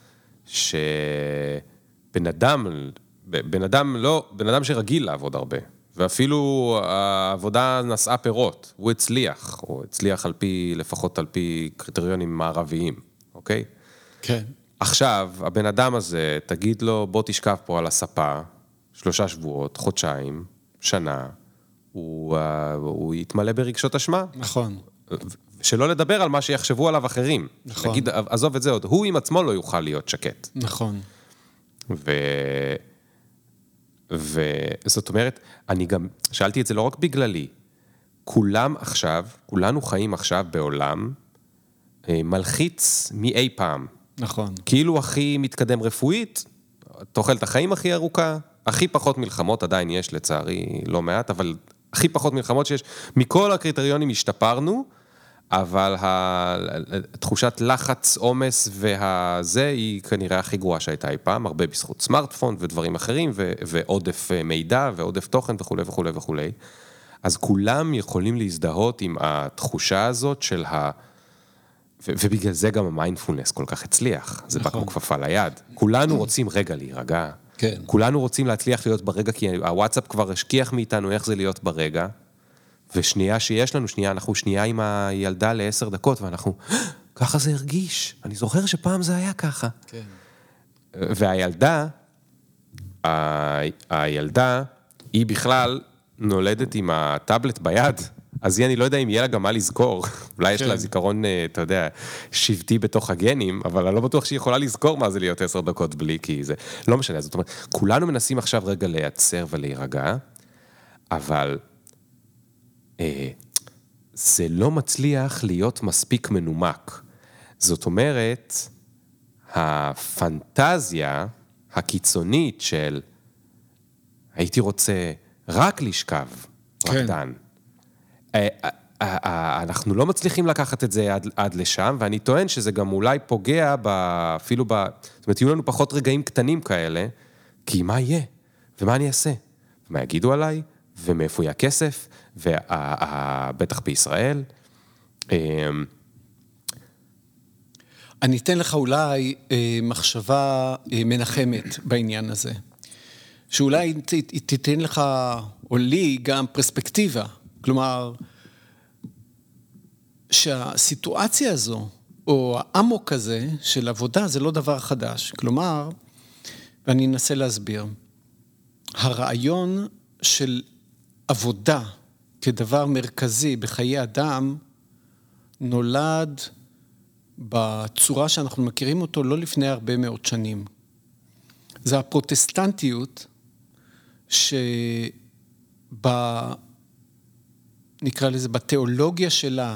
שבן אדם שרגיל לעבוד הרבה, ואפילו העבודה נשאה פירות, הוא הצליח, או הצליח לפחות על פי קריטריונים מערביים, אוקיי? כן. עכשיו, הבן אדם הזה, תגיד לו, בוא תשכב פה על הספה, 3 שבועות, חודשיים, שנה, הוא יתמלא ברגשות אשמה. נכון. שלא לדבר על מה שיחשבו עליו אחרים. נכון. נגיד, עזוב את זה עוד, הוא עם עצמו לא יוכל להיות שקט. נכון. וזאת אומרת, אני גם שאלתי את זה לא רק בגללי, כולנו חיים עכשיו בעולם מלחיץ מאי פעם. נכון. כאילו הכי מתקדם רפואית, תוחלת החיים הכי ארוכה, הכי פחות מלחמות עדיין יש לצערי לא מעט, אבל הכי פחות מלחמות שיש, מכל הקריטריונים השתפרנו, אבל תחושת לחץ, עומס והזה היא כנראה הכי גרועה שהייתה אי פעם, הרבה בזכות סמארטפון ודברים אחרים, ועודף מידע ועודף תוכן וכו' וכו' וכו'. אז כולם יכולים להזדהות עם התחושה הזאת של ובגלל זה גם המיינדפולנס כל כך הצליח, זה בא כמו כפפה ליד. כולנו רוצים רגע להירגע, כן. כולנו רוצים להצליח להיות ברגע, כי הוואטסאפ כבר השכיח מאיתנו איך זה להיות ברגע, ושנייה שיש לנו, אנחנו שנייה עם הילדה ל10 דקות, ואנחנו, ככה זה הרגיש, אני זוכר שפעם זה היה ככה. כן. והילדה, היא בכלל נולדת עם הטאבלט ביד, אז אני לא יודע אם יהיה לה גם מה לזכור, אולי יש לה זיכרון, אתה יודע, שבטי בתוך הגנים, אבל אני לא בטוח שהיא יכולה לזכור מה זה להיות 10 דקות בלי, כי זה לא משנה, זאת אומרת, כולנו מנסים עכשיו רגע לייצר ולהירגע, אבל זה לא מצליח להיות מספיק מנומק. זאת אומרת, הפנטזיה הקיצונית של הייתי רוצה רק לשכב, רקדן. אנחנו לא מצליחים לקחת את זה עד לשם, ואני טוען שזה גם אולי פוגע אפילו זאת אומרת, יהיו לנו פחות רגעים קטנים כאלה, כי מה יהיה? ומה אני אעשה? ומה יגידו עליי? ומאיפה יהיה הכסף? ובטח בישראל. אני אתן לך אולי מחשבה מנחמת בעניין הזה, שאולי תיתן לך, או לי, גם פרספקטיבה. כלומר, שהסיטואציה הזו, או האמוק הזה של עבודה, זה לא דבר חדש. כלומר, ואני אנסה להסביר, הרעיון של עבודה כדבר מרכזי בחיי אדם, נולד בצורה שאנחנו מכירים אותו לא לפני הרבה מאוד שנים. זה הפרוטסטנטיות נקרא לזה בתיאולוגיה שלה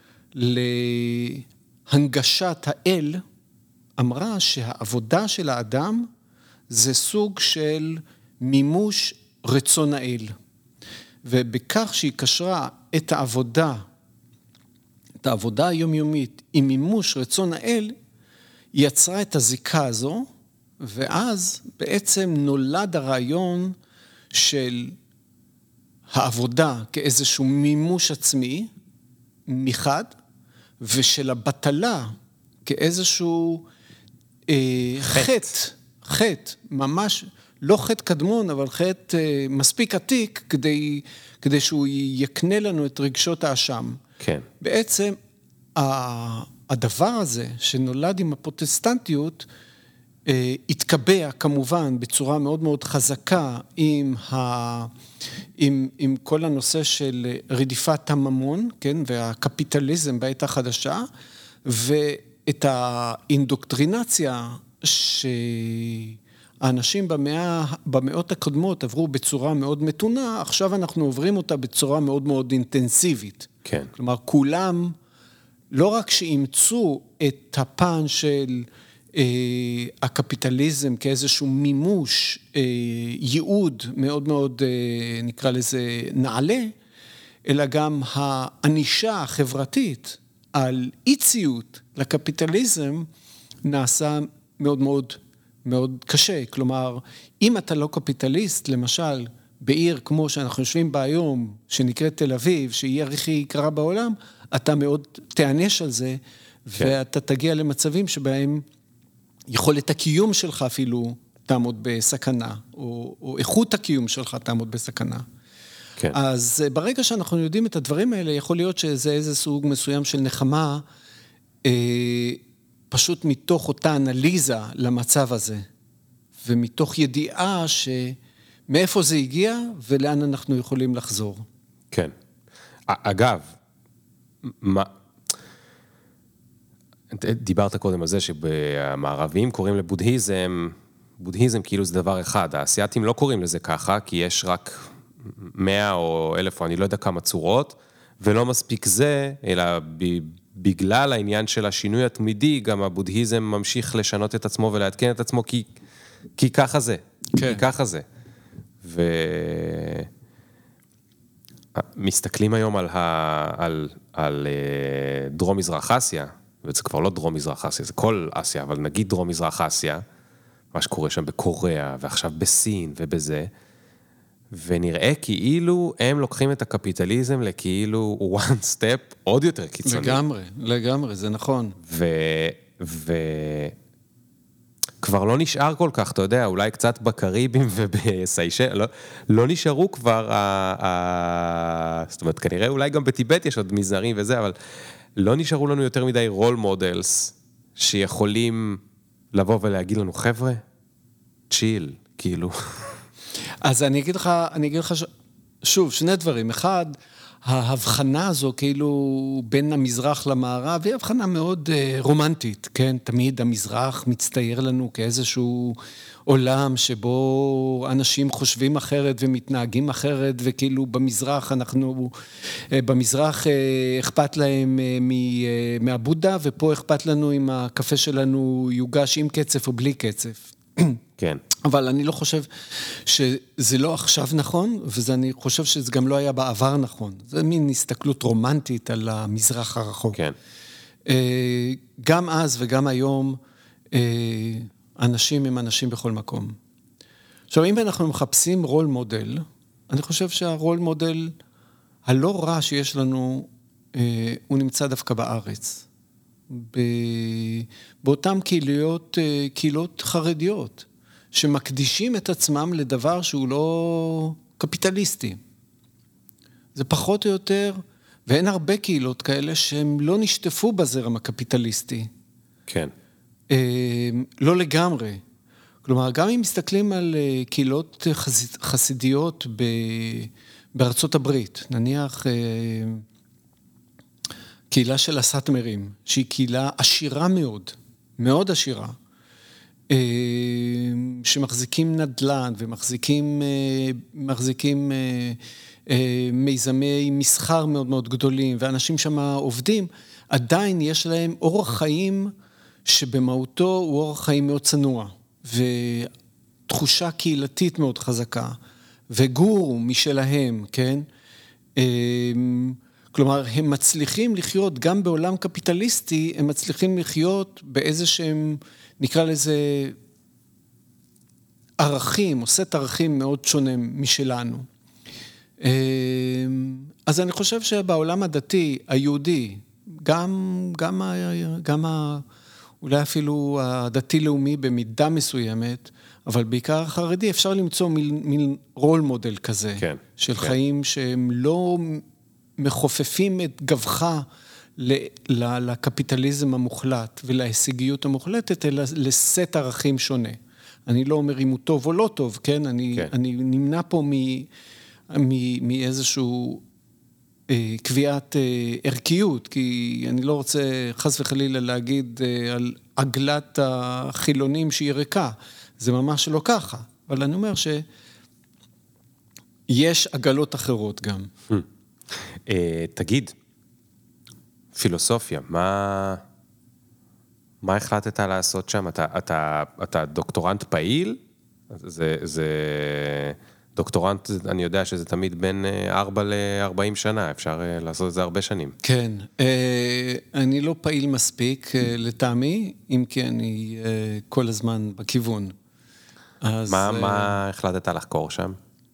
להנגשת האל, אמרה שהעבודה של האדם זה סוג של מימוש רצון האל. ובכך שהיא קשרה את העבודה היומיומית עם מימוש רצון האל, היא יצרה את הזיקה הזו, ואז בעצם נולד הרעיון של העבודה כאיזשהו מימוש עצמי, מחד, ושל הבטלה כאיזשהו חטא, ממש, לא חטא קדמון, אבל חטא מספיק עתיק, כדי שהוא יקנה לנו את רגשות האשם. כן. בעצם, הדבר הזה שנולד עם הפרוטסטנטיות, התקבע כמובן בצורה מאוד מאוד חזקה עם כל הנושא של רדיפת הממון, כן, והקפיטליזם בעת החדשה, ואת האינדוקטרינציה שהאנשים במאות הקודמות עברו בצורה מאוד מתונה, עכשיו אנחנו עוברים אותה בצורה מאוד מאוד אינטנסיבית. כן. כלומר, כולם לא רק שאימצו את הפן של הקפיטליזם כאיזשהו מימוש, ייעוד מאוד מאוד, נקרא לזה, נעלה, אלא גם האנישה החברתית על אי ציות לקפיטליזם נעשה מאוד מאוד מאוד קשה. כלומר, אם אתה לא קפיטליסט, למשל, בעיר כמו שאנחנו יושבים בה היום, שנקראת תל אביב, שהיא הכי יקרה בעולם, אתה מאוד תענש על זה, ואתה תגיע למצבים שבהם יכולת הקיום שלך אפילו תעמוד בסכנה, או איכות הקיום שלך תעמוד בסכנה. כן. אז ברגע שאנחנו יודעים את הדברים האלה, יכול להיות שזה איזה סוג מסוים של נחמה, פשוט מתוך אותה אנליזה למצב הזה, ומתוך ידיעה שמאיפה זה הגיע, ולאן אנחנו יכולים לחזור. כן. אגב, דיברת קודם על זה שהמערבים קוראים לבודהיזם, בודהיזם כאילו זה דבר אחד, האסייתים לא קוראים לזה ככה, כי יש רק 100 או 1000, או אני לא יודע כמה צורות, ולא מספיק זה, אלא בגלל העניין של השינוי התמידי, גם הבודהיזם ממשיך לשנות את עצמו ולהתקן את עצמו, כי ככה זה, כן. כי ככה זה. מסתכלים היום על דרום מזרח אסיה, וזה כבר לא דרום מזרח אסיה, זה כל אסיה, אבל נגיד דרום מזרח אסיה, מה שקורה שם בקוריאה, ועכשיו בסין ובזה, ונראה כאילו הם לוקחים את הקפיטליזם לכאילו one step עוד יותר קיצוני. לגמרי, לגמרי, זה נכון. כבר לא נשאר כל כך, אתה יודע, אולי קצת בקריבים ובסיישל, לא נשארו כבר, זאת אומרת, כנראה אולי גם בטיבט יש עוד מזערים וזה, אבל לא נשארו לנו יותר מדי רול מודלס, שיכולים לבוא ולהגיד לנו, חבר'ה, צ'יל, כאילו. אז אני אגיד לך שוב, שני דברים. אחד, ההבחנה הזו כאילו בין המזרח למערב, היא הבחנה מאוד רומנטית, כן? תמיד המזרח מצטייר לנו כאיזשהו עולם שבו אנשים חושבים אחרת ומתנהגים אחרת, וכאילו במזרח אכפת להם מהבודה, ופה אכפת לנו אם הקפה שלנו יוגש עם קצף או בלי קצף. כן. אבל אני לא חושב שזה לא עכשיו נכון, ואני חושב שזה גם לא היה בעבר נכון. זה מין הסתכלות רומנטית על המזרח הרחוק. כן. גם אז וגם היום, אנשים הם אנשים בכל מקום. עכשיו, אם אנחנו מחפשים רול מודל, אני חושב שהרול מודל הלא רע שיש לנו, הוא נמצא דווקא בארץ. באותן קהילות חרדיות, שמקדישים את עצמם לדבר שהוא לא קפיטליסטי. זה פחות או יותר, ואין הרבה קהילות כאלה שהם לא נשטפו בזרם הקפיטליסטי. כן. לא לגמרי. כלומר, גם אם מסתכלים על קהילות חסידיות בארצות הברית, נניח קהילה של הסאטמרים, שהיא קהילה עשירה מאוד, מאוד עשירה, שמחזיקים נדל"ן ומחזיקים מיזמי מסחר מאוד מאוד גדולים, ואנשים שם עובדים, עדיין יש להם אורח חיים שבמהותו הוא אורח חיים מאוד צנוע, ותחושה קהילתית מאוד חזקה, וגורו משלהם, כן? כלומר, הם מצליחים לחיות גם בעולם קפיטליסטי, הם מצליחים לחיות באיזה שהם, נקרא לזה, ערכים, או סט ערכים מאוד שונה משלנו. אז אני חושב שבעולם הדתי, היהודי, גם אולי אפילו הדתי-לאומי במידה מסוימת, אבל בעיקר החרדי, אפשר למצוא מין רול מודל כזה, כן, של כן. חיים שהם לא מחופפים את גבך לקפיטליזם המוחלט ולהישגיות המוחלטת, אלא לסט ערכים שונה. אני לא אומר אם הוא טוב או לא טוב, כן? אני נמנע פה מאיזשהו קביעת ערכיות, כי אני לא רוצה חס וחלילה להגיד על עגלת החילונים שהיא ריקה. זה ממש לא ככה. אבל אני אומר שיש עגלות אחרות גם. תגיד, פילוסופיה, מה החלטת לעשות שם? אתה דוקטורנט פעיל? זה דוקטורנט, אני יודע שזה תמיד בין 4 ל-40 שנה, אפשר לעשות את זה הרבה שנים. כן, אני לא פעיל מספיק לטעמי, אם כי אני כל הזמן בכיוון. מה החלטת לחקור שם?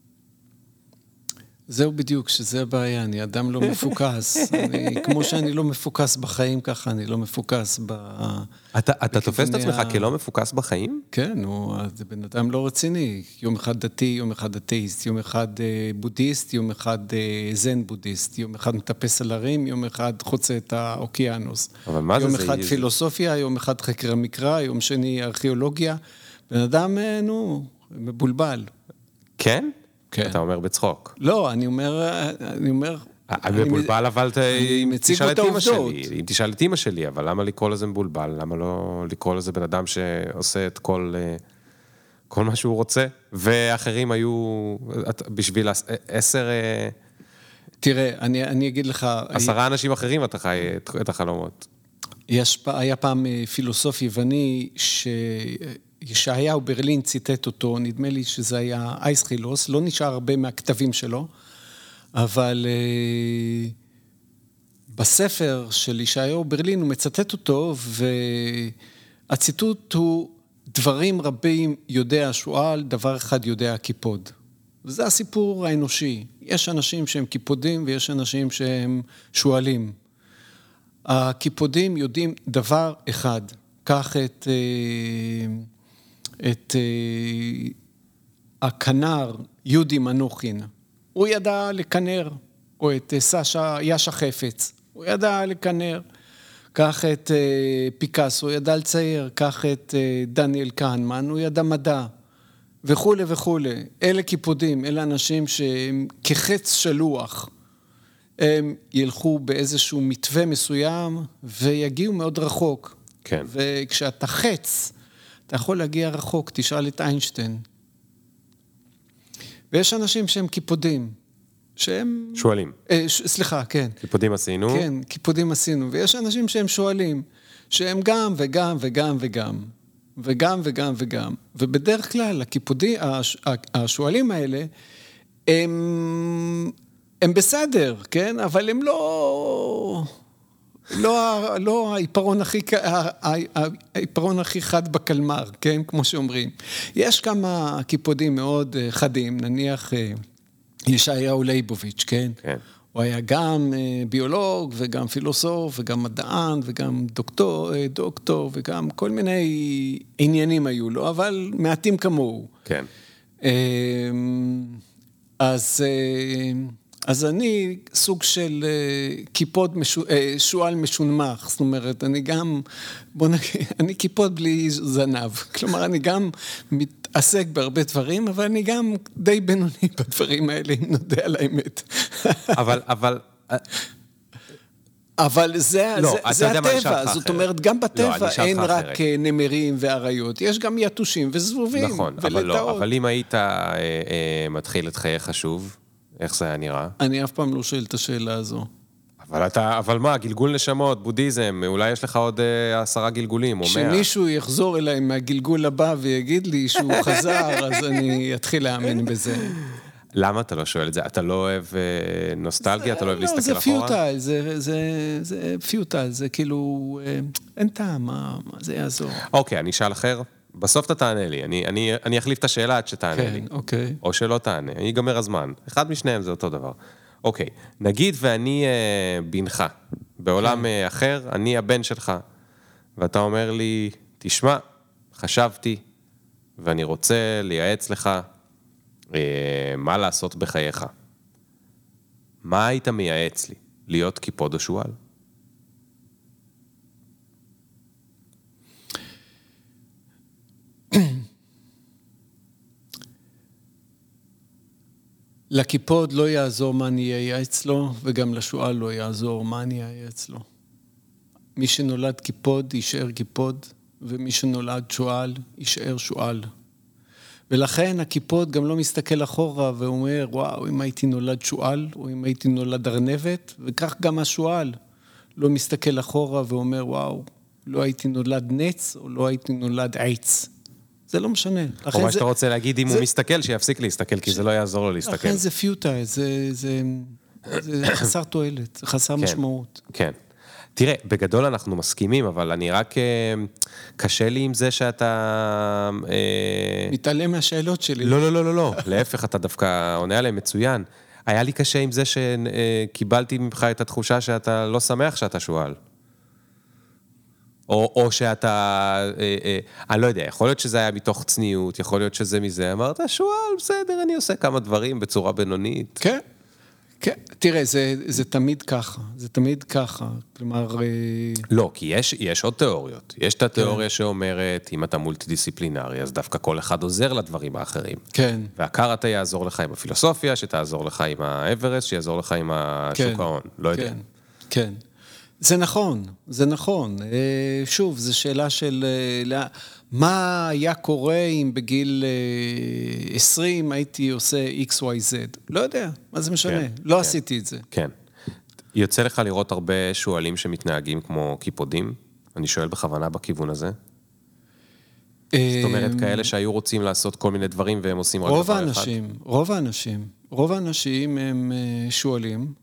זהו בדיוק, שזה הבעיה, אני אדם לא מפוקס. כמו שאני לא מפוקס בחיים, ככה אני לא מפוקס אתה תופס את עצמך כלא מפוקס בחיים? כן, זה בן אדם לא רציני. יום אחד דתי, יום אחד אתאיסט, יום אחד בודהיסט, יום אחד זן בודהיסט, יום אחד מטפס על הרים, יום אחד חוצה את האוקיינוס. יום אחד פילוסופיה, יום אחד חקר המקרא, יום שני ארכיאולוגיה. בן אדם, מבולבל. כן? כן. אתה אומר בצחוק. לא, אני אומר... מבולבל, אבל אם תשאל את אמא שלי, אבל למה לקרוא לזה מבולבל? למה לא לקרוא לזה בן אדם שעושה את כל מה שהוא רוצה? ואחרים היו בשביל 10... תראה, אני אגיד לך... 10 אנשים אחרים אתה חי את החלומות. היה פעם פילוסוף יווני ישעיהו ברלין ציטט אותו, נדמה לי שזה היה אייסחילוס, לא נשאר הרבה מהכתבים שלו, אבל בספר של ישעיהו ברלין הוא מצטט אותו, והציטוט הוא, דברים רבים יודע השועל, דבר אחד יודע הקיפוד. וזה הסיפור האנושי. יש אנשים שהם קיפודים ויש אנשים שהם שועלים. הקיפודים יודעים דבר אחד, קח את הכנר יהודי מנוחין, הוא ידע לקנר, או את סשה ישה חפץ, הוא ידע לקנר, קח את פיקאסו, הוא ידע לצייר, קח את דניאל קהנמן, הוא ידע מדע, וכו' וכו'. אלה קיפודים, אלה אנשים שהם כחץ שלוח, הם ילכו באיזשהו מתווה מסוים, ויגיעו מאוד רחוק. כן. וכשאתה חץ, אתה יכול להגיע רחוק, תשאל את איינשטיין. ויש אנשים שהם קיפודים, שהם... שואלים. סליחה, כן. קיפודים עשינו. כן, קיפודים עשינו. ויש אנשים שהם שואלים, שהם גם וגם וגם וגם. וגם וגם וגם. ובדרך כלל, השואלים האלה, הם בסדר, כן? אבל הם לא העיפרון הכי חד בקלמר, כן? כמו שאומרים. יש כמה קיפודים מאוד חדים, נניח ישעיהו ליבוביץ', כן? כן. הוא היה גם ביולוג וגם פילוסוף וגם מדען וגם דוקטור וגם כל מיני עניינים היו לו, אבל מעטים כמוהו. כן. אז אני סוג של קיפוד, שואל משונמך, זאת אומרת, אני גם, אני קיפוד בלי זנב, כלומר, אני גם מתעסק בהרבה דברים, אבל אני גם די בינוני בדברים האלה, אם נודע על האמת. אבל זה הטבע, זאת אומרת, גם בטבע אין רק נמרים ואריות, יש גם יתושים וזבובים ולטאות. נכון, אבל אם היית מתחיל את חייך שוב, איך זה היה נראה? אני אף פעם לא שואל את השאלה הזו. אבל מה, גלגול נשמות, בודהיזם, אולי יש לך עוד 10 גלגולים או 100. כשמישהו יחזור אליי מהגלגול הבא ויגיד לי שהוא חזר, אז אני אתחיל להאמין בזה. למה אתה לא שואל את זה? אתה לא אוהב נוסטלגיה? אתה לא אוהב להסתכל אחורה? זה פיוטל, זה כאילו, אין טעם, מה זה יעזור? אוקיי, אני אשאל אחר. בסוף אתה תענה לי, אני אחליף את השאלה עד שתענה לי. אוקיי. או שלא תענה, אני אגמר הזמן. אחד משניהם זה אותו דבר. אוקיי, נגיד ואני בנך, בעולם אחר, אני הבן שלך, ואתה אומר לי, תשמע, חשבתי, ואני רוצה לייעץ לך מה לעשות בחייך. מה היית מייעץ לי? להיות קיפוד או שואל? לקיפוד לא יעזור מה אני אייעץ לו, וגם לשואל לא יעזור מה אני אייעץ לו. מי שנולד קיפוד יישאר קיפוד, ומי שנולד שואל יישאר שואל. ולכן הקיפוד גם לא מסתכל אחורה ואומר, וואו, אם הייתי נולד שואל, או אם הייתי נולד ארנבת, וכך גם השואל לא מסתכל אחורה ואומר, וואו, לא הייתי נולד נץ, או לא הייתי נולד עץ. זה לא משנה. או מה שאתה רוצה להגיד, אם הוא מסתכל, שיפסיק להסתכל, כי זה לא יעזור לו להסתכל. לכן זה פיוטה, זה חסר תועלת, זה חסר משמעות. כן. תראה, בגדול אנחנו מסכימים, אבל אני רק קשה לי עם זה שאתה... מתעלם מהשאלות שלי. לא. להפך, אתה דווקא עונה עליהם מצוין. היה לי קשה עם זה שקיבלתי ממך את התחושה שאתה לא שמח שאתה שואל. או שאתה, אני לא יודע, יכול להיות שזה היה מתוך צניעות, יכול להיות שזה מזה, אמרת, שואל, בסדר, אני עושה כמה דברים בצורה בינונית. כן. כן, תראה, זה תמיד ככה, זה תמיד ככה, כלומר... לא, כי יש עוד תיאוריות. יש את התיאוריה שאומרת, אם אתה מולטי-דיסציפלינרי, אז דווקא כל אחד עוזר לדברים האחרים. כן. והקארטה יעזור לך עם הפילוסופיה, שתעזור לך עם האברסט, שיעזור לך עם השוק ההון. לא יודע. כן. זה נכון, זה נכון. שוב, זו שאלה של... מה היה קורה אם בגיל 20 הייתי עושה XYZ? לא יודע, מה זה משנה? לא עשיתי את זה. כן. יוצא לך לראות הרבה שואלים שמתנהגים כמו קיפודים? אני שואל בכוונה בכיוון הזה. זאת אומרת, כאלה שהיו רוצים לעשות כל מיני דברים והם עושים רק דבר אחד. רוב האנשים הם שואלים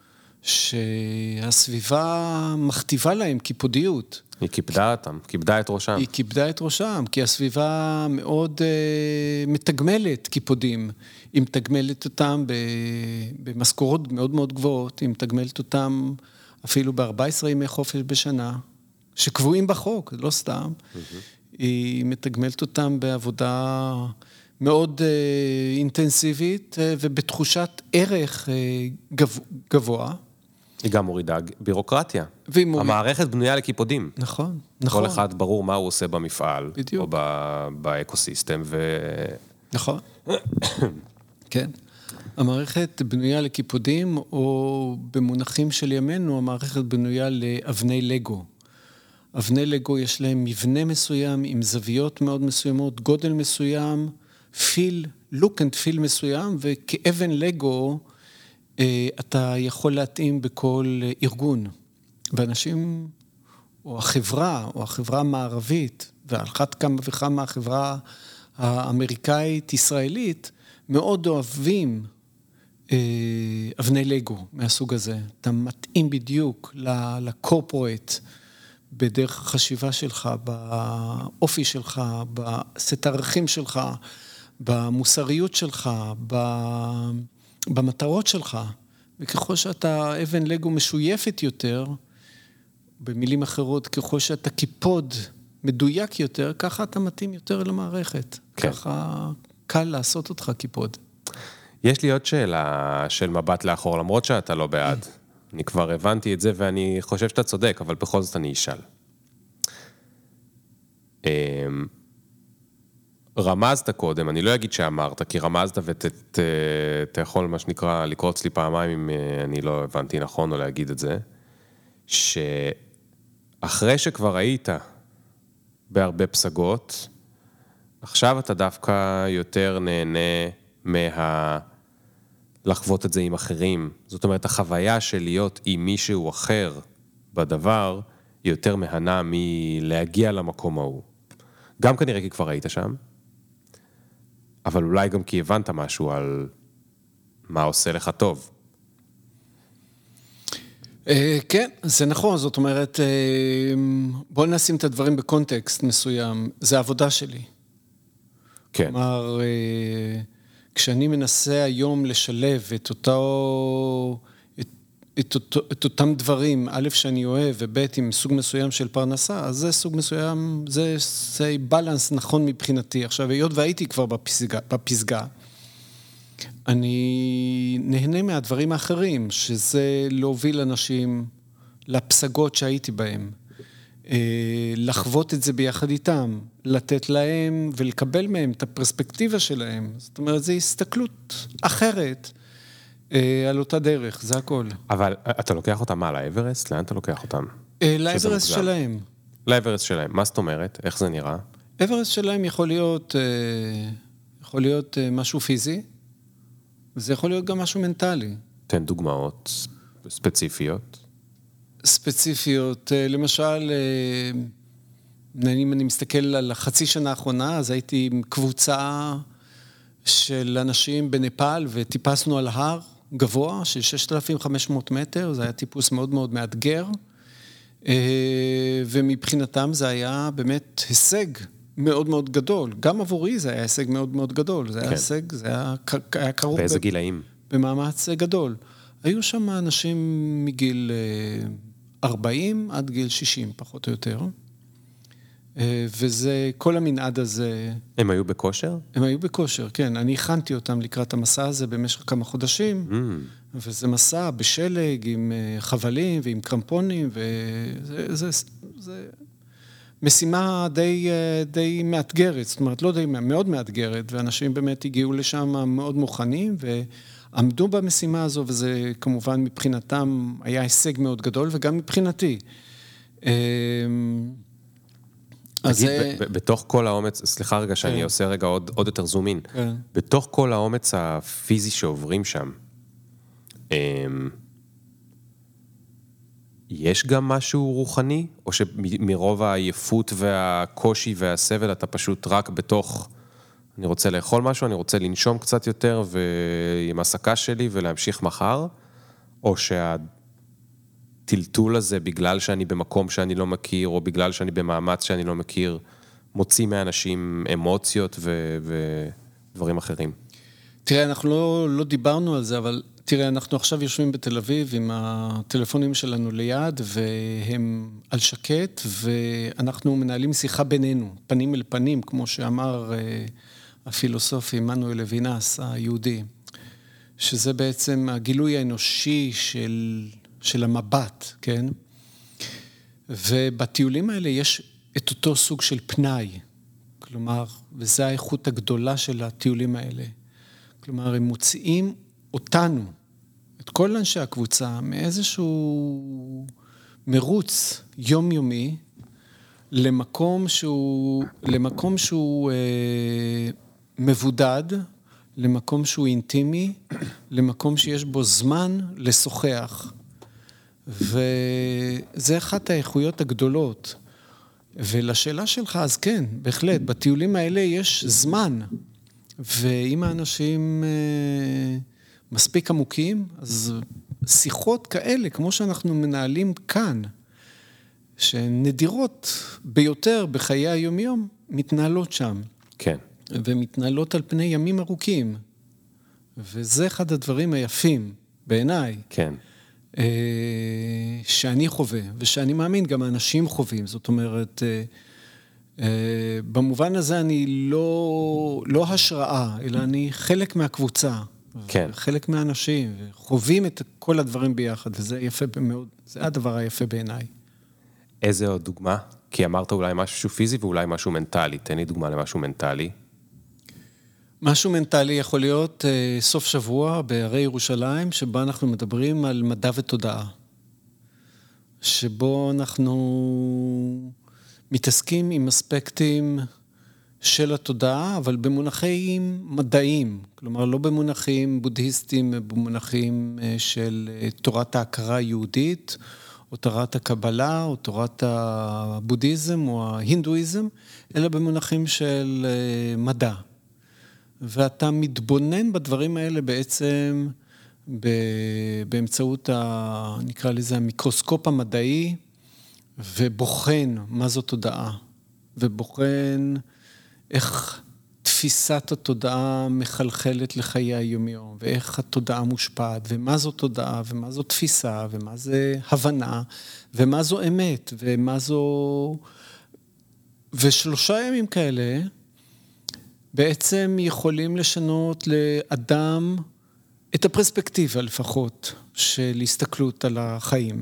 שהסביבה מכתיבה להם קיפודיות. היא כיבדה אותם, כיבדה את ראשם. היא כיבדה את ראשם, כי הסביבה מאוד מתגמלת קיפודים. היא מתגמלת אותם במשכורות מאוד מאוד גבוהות, היא מתגמלת אותם אפילו ב-14 ימי חופש בשנה, שקבועים בחוק, לא סתם. היא מתגמלת אותם בעבודה מאוד אינטנסיבית ובתחושת ערך גבוה. היא גם מורידה בירוקרטיה. המערכת בנויה לקיפודים. נכון. כל אחד ברור מה הוא עושה במפעל, בדיוק. או באקוסיסטם, נכון. כן. המערכת בנויה לקיפודים, או במונחים של ימינו, המערכת בנויה לאבני לגו. אבני לגו יש להם מבנה מסוים, עם זוויות מאוד מסוימות, גודל מסוים, לוק אנד פיל מסוים, וכאבן לגו, אתה יכול להתאים בכל ארגון. ואנשים, או החברה המערבית, ועל אחת כמה וכמה החברה האמריקאית-ישראלית, מאוד אוהבים אבני לגו מהסוג הזה. אתה מתאים בדיוק לקורפורט, בדרך החשיבה שלך, באופי שלך, בסט הערכים שלך, במוסריות שלך, במטרות שלך. וככל שאתה אבן לגו משויפת יותר, במילים אחרות, ככל שאתה קיפוד מדויק יותר, ככה אתה מתאים יותר למערכת. כן. ככה קל לעשות אותך קיפוד. יש לי עוד שאלה של מבט לאחור, למרות שאתה לא בעד. אני כבר הבנתי את זה, ואני חושב שאתה צודק, אבל בכל זאת אני אשאל. רמזת קודם, אני לא אגיד שאמרת, כי רמזת ואתה יכול, מה שנקרא, לקרוץ לי פעמיים אם אני לא הבנתי נכון או להגיד את זה, שאחרי שכבר היית בהרבה פסגות, עכשיו אתה דווקא יותר נהנה לחוות את זה עם אחרים. זאת אומרת, החוויה של להיות עם מישהו אחר בדבר, היא יותר מהנה מלהגיע למקום ההוא. גם כנראה כי כבר היית שם, אבל אולי גם כי הבנת משהו על מה עושה לך טוב. כן, זה נכון, זאת אומרת, בוא נשים את הדברים בקונטקסט מסוים, זה העבודה שלי. כן. כלומר, כשאני מנסה היום לשלב את אותם דברים, א' שאני אוהב, וב' עם סוג מסוים של פרנסה, אז זה סוג מסוים, זה בלנס נכון מבחינתי. עכשיו, היות והייתי כבר בפסגה, אני נהנה מהדברים האחרים, שזה להוביל אנשים לפסגות שהייתי בהם, לחוות את זה ביחד איתם, לתת להם ולקבל מהם את הפרספקטיבה שלהם. זאת אומרת, זו הסתכלות אחרת על אותה דרך, זה הכל. אבל אתה לוקח אותם מה, לאברסט? לאן אתה לוקח אותם? לאברסט שלהם. לאברסט שלהם, מה זאת אומרת? איך זה נראה? אברסט שלהם יכול להיות משהו פיזי, זה יכול להיות גם משהו מנטלי. תן דוגמאות ספציפיות. ספציפיות. למשל, אם אני מסתכל על החצי שנה האחרונה, אז הייתי עם קבוצה של אנשים בנפאל, וטיפסנו על הר גבוה של 6,500 מטר, זה היה טיפוס מאוד מאוד מאתגר, ומבחינתם זה היה באמת הישג מאוד מאוד גדול. גם עבורי זה היה הישג מאוד מאוד גדול. זה היה הישג, זה היה קרוב. באיזה גילאים? במאמץ גדול. היו שם אנשים מגיל 40 עד גיל 60, פחות או יותר. וזה, כל המנעד הזה... הם היו בכושר? הם היו בכושר, כן. אני הכנתי אותם לקראת המסע הזה במשך כמה חודשים, וזה מסע בשלג עם חבלים ועם קרמפונים, וזה משימה די מאתגרת, זאת אומרת, לא די, מאוד מאתגרת, ואנשים באמת הגיעו לשם מאוד מוכנים, ועמדו במשימה הזו, וזה כמובן מבחינתם היה הישג מאוד גדול, וגם מבחינתי. תגיד, בתוך כל האומץ, סליחה רגע שאני עושה רגע עוד יותר זומין, בתוך כל האומץ הפיזי שעוברים שם, יש גם משהו רוחני? או שמרוב העייפות והקושי והסבל אתה פשוט רק בתוך, אני רוצה לאכול משהו, אני רוצה לנשום קצת יותר ועם הסקה שלי ולהמשיך מחר? או טלטול הזה, בגלל שאני במקום שאני לא מכיר, או בגלל שאני במאמץ שאני לא מכיר, מוציא מאנשים אמוציות ודברים אחרים. תראה, אנחנו לא דיברנו על זה, אבל תראה, אנחנו עכשיו יושבים בתל אביב עם הטלפונים שלנו ליד, והם על שקט, ואנחנו מנהלים שיחה בינינו, פנים אל פנים, כמו שאמר הפילוסוף עמנואל לוינס, היהודי, שזה בעצם הגילוי האנושי של המבט, כן? ובטיולים האלה יש את אותו סוג של פנאי, כלומר, וזו האיכות הגדולה של הטיולים האלה. כלומר, הם מוציאים אותנו, את כל אנשי הקבוצה, מאיזשהו מרוץ יומיומי, למקום שהוא מבודד, למקום שהוא אינטימי, למקום שיש בו זמן לשוחח. וזה אחת האיכויות הגדולות. ולשאלה שלך, אז כן, בהחלט, בטיולים האלה יש זמן. ואם האנשים מספיק עמוקים, אז שיחות כאלה, כמו שאנחנו מנהלים כאן, שהן נדירות ביותר בחיי היומיום, מתנהלות שם. כן. ומתנהלות על פני ימים ארוכים. וזה אחד הדברים היפים בעיניי. כן. שאני חווה, ושאני מאמין גם האנשים חווים. זאת אומרת, במובן הזה אני לא השראה, אלא אני חלק מהקבוצה. כן. חלק מהאנשים, וחווים את כל הדברים ביחד, וזה יפה מאוד, זה הדבר היפה בעיניי. איזה עוד דוגמה? כי אמרת אולי משהו פיזי ואולי משהו מנטלי. תן לי דוגמה למשהו מנטלי. משהו מנטלי יכול להיות סוף שבוע בהרי ירושלים, שבה אנחנו מדברים על מדע ותודעה. שבו אנחנו מתעסקים עם אספקטים של התודעה, אבל במונחים מדעיים. כלומר, לא במונחים בודהיסטיים, במונחים של תורת ההכרה היהודית, או תורת הקבלה, או תורת הבודהיזם, או ההינדואיזם, אלא במונחים של מדע. ואתה מתבונן בדברים האלה בעצם באמצעות, נקרא לזה, המיקרוסקופ המדעי, ובוחן מה זו תודעה, ובוחן איך תפיסת התודעה מחלחלת לחיי היומיום, ואיך התודעה מושפעת, ומה זו תודעה, ומה זו תפיסה, ומה זה הבנה, ומה זו אמת, ומה זו... ושלושה ימים כאלה, בעצם יכולים לשנות לאדם את הפרספקטיבה לפחות של הסתכלות על החיים.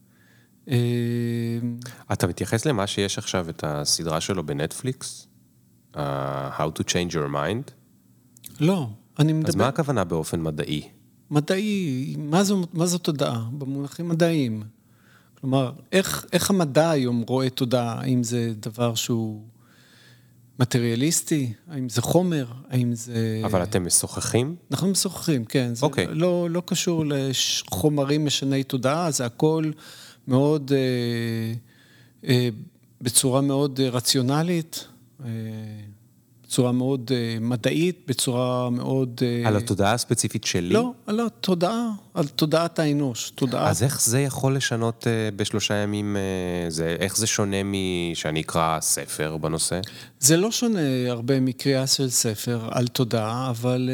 אתה מתייחס למה שיש עכשיו את הסדרה שלו בנטפליקס? How to change your mind? לא, אני מדבר... אז מה הכוונה באופן מדעי? מדעי, מה זו תודעה? במונחים מדעיים. כלומר, איך המדע היום רואה תודעה? האם זה דבר שהוא מטריאליסטי? האם זה חומר? האם זה... אבל אתם משוחחים? אנחנו משוחחים, כן. זה אוקיי. לא קשור לחומרים משני תודעה, זה הכל מאוד, בצורה מאוד רציונלית, בצורה מאוד מדעית, בצורה מאוד... על התודעה הספציפית שלי? לא, על התודעה, על תודעת האנוש. אז איך זה יכול לשנות בשלושה ימים, איך זה שונה משאני אקרא ספר בנושא? זה לא שונה הרבה מקריאה של ספר על תודעה, אבל...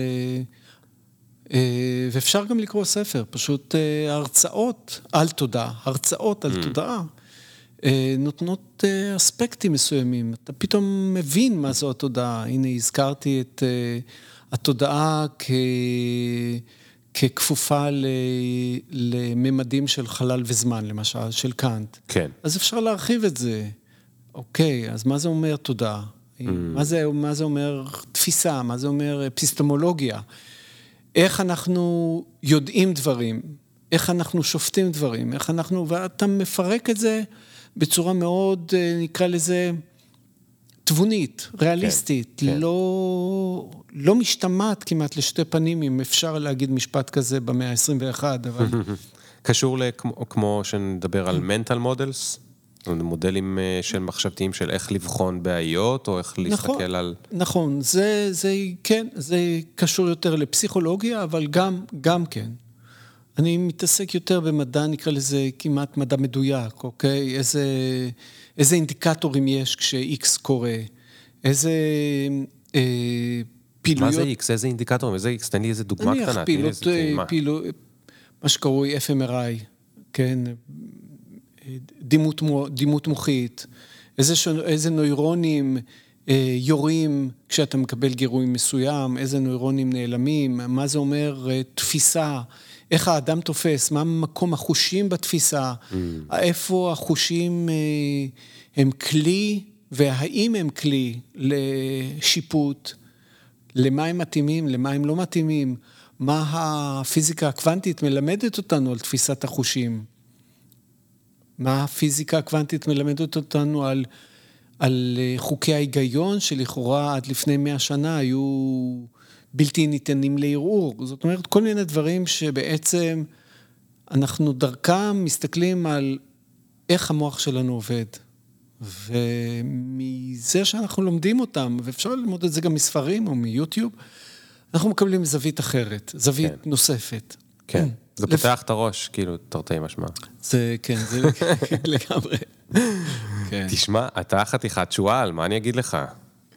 ואפשר גם לקרוא ספר, פשוט הרצאות על תודעה, הרצאות על תודעה. נותנות אספקטים מסוימים. אתה פתאום מבין מה זו התודעה. הנה, הזכרתי את התודעה ככפופה לממדים של חלל וזמן, למשל, של קאנט. כן. אז אפשר להרחיב את זה. אוקיי, אז מה זה אומר תודעה? מה זה אומר תפיסה? מה זה אומר אפיסטמולוגיה? איך אנחנו יודעים דברים? איך אנחנו שופטים דברים? איך אנחנו... ואתה מפרק את זה בצורה מאוד, נקרא לזה, תבונית, ריאליסטית, כן, כן. לא משתמעת כמעט לשתי פנים, אם אפשר להגיד משפט כזה במאה ה-21, אבל... קשור כמו שנדבר על mental models, מודלים של מחשבתיים של איך לבחון בעיות, או איך להסתכל על... נכון, כן, זה קשור יותר לפסיכולוגיה, אבל גם כן. אני מתעסק יותר במדע, נקרא לזה כמעט מדע מדויק, אוקיי? איזה אינדיקטורים יש כש-X קורה, איזה פעילויות... מה זה X? איזה אינדיקטורים? איזה X? תן לי איזה דוגמה קטנה. מה שקרוי FMRI, כן? דימות מוחית, איזה נוירונים יורים כשאתה מקבל גירוי מסוים, איזה נוירונים נעלמים, מה זה אומר תפיסה, איך האדם תופס, מה מקום החושים בתפיסה, איפה החושים הם כלי, והאם הם כלי לשיפוט, למה הם מתאימים, למה הם לא מתאימים, מה הפיזיקה הקוונטית מלמדת אותנו על תפיסת החושים, מה הפיזיקה הקוונטית מלמדת אותנו על חוקי ההיגיון, שלכאורה עד לפני 100 שנה היו בלתי ניתנים לערעור. זאת אומרת, כל מיני דברים שבעצם אנחנו דרכם מסתכלים על איך המוח שלנו עובד. ומזה שאנחנו לומדים אותם, ואפשר ללמוד את זה גם מספרים או מיוטיוב, אנחנו מקבלים זווית אחרת, זווית נוספת. כן. זה פותח את הראש, כאילו, תרתי משמע. זה, כן, זה לגמרי. תשמע, אתה חתיכת שואל, מה אני אגיד לך?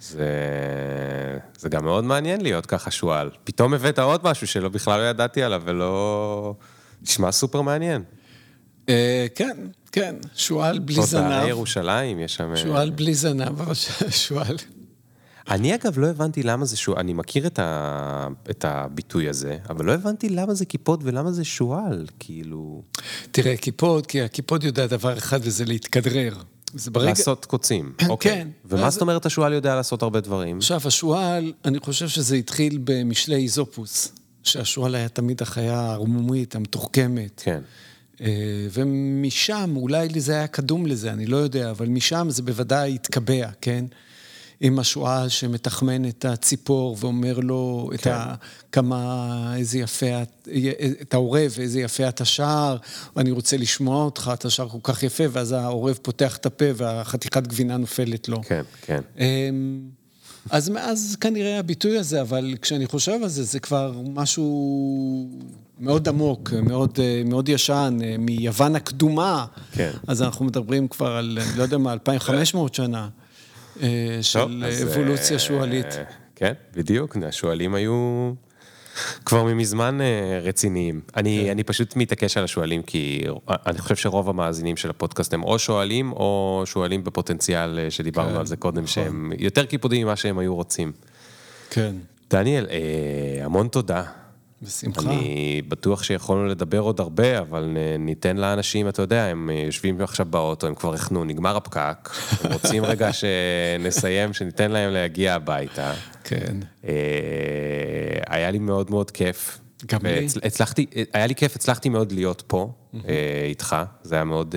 זה גם מאוד מעניין להיות ככה שואל. פתאום הבאת עוד משהו שלא בכלל לא ידעתי עליו, ולא... נשמע סופר מעניין. כן, כן, שואל בלי זנב. תודה, ירושלים, יש שם... שואל בלי זנב, אבל שואל. אני אגב לא הבנתי למה זה שואל, אני מכיר את הביטוי הזה, אבל לא הבנתי למה זה כיפות ולמה זה שואל, כאילו... תראה, כיפות, כי הכיפות יודע דבר אחד וזה להתכדרר. לעשות קוצים, אוקיי. ומה זאת אומרת השואל יודע לעשות הרבה דברים? עכשיו, השואל, אני חושב שזה התחיל במשלי איזופוס, שהשואל היה תמיד החיה הרמומית, המתוחכמת. כן. ומשם, אולי זה היה קדום לזה, אני לא יודע, אבל משם זה בוודאי התקבע, כן? עם השואל שמתחמן את הציפור ואומר לו את כמה, איזה יפה, את העורב, איזה יפה אתה שר, ואני רוצה לשמוע אותך, אתה שר כל כך יפה, ואז העורב פותח את הפה והחתיכת גבינה נופלת לו. כן, כן. אז מאז כנראה הביטוי הזה, אבל כשאני חושב על זה, זה כבר משהו מאוד עמוק, מאוד, מאוד ישן, מיוון הקדומה. כן. אז אנחנו מדברים כבר על, לא יודע מה, 2500 שנה. של אבולוציה שואלית. כן, בדיוק, השואלים היו כבר ממזמן רציניים. אני פשוט מתעקש על השואלים, כי אני חושב שרוב המאזינים של הפודקאסט הם או שואלים, או שואלים בפוטנציאל שדיברנו על זה קודם, שהם יותר קיפודים ממה שהם היו רוצים. כן. דניאל, המון תודה. בשמחה. אני בטוח שיכולנו לדבר עוד הרבה, אבל ניתן לאנשים, אתה יודע, הם יושבים עכשיו באוטו, הם כבר הכנו, נגמר הפקק, הם רוצים רגע שנסיים, שניתן להם להגיע הביתה. כן. היה לי מאוד מאוד כיף. גם לי. היה לי כיף, הצלחתי מאוד להיות פה איתך, זה היה מאוד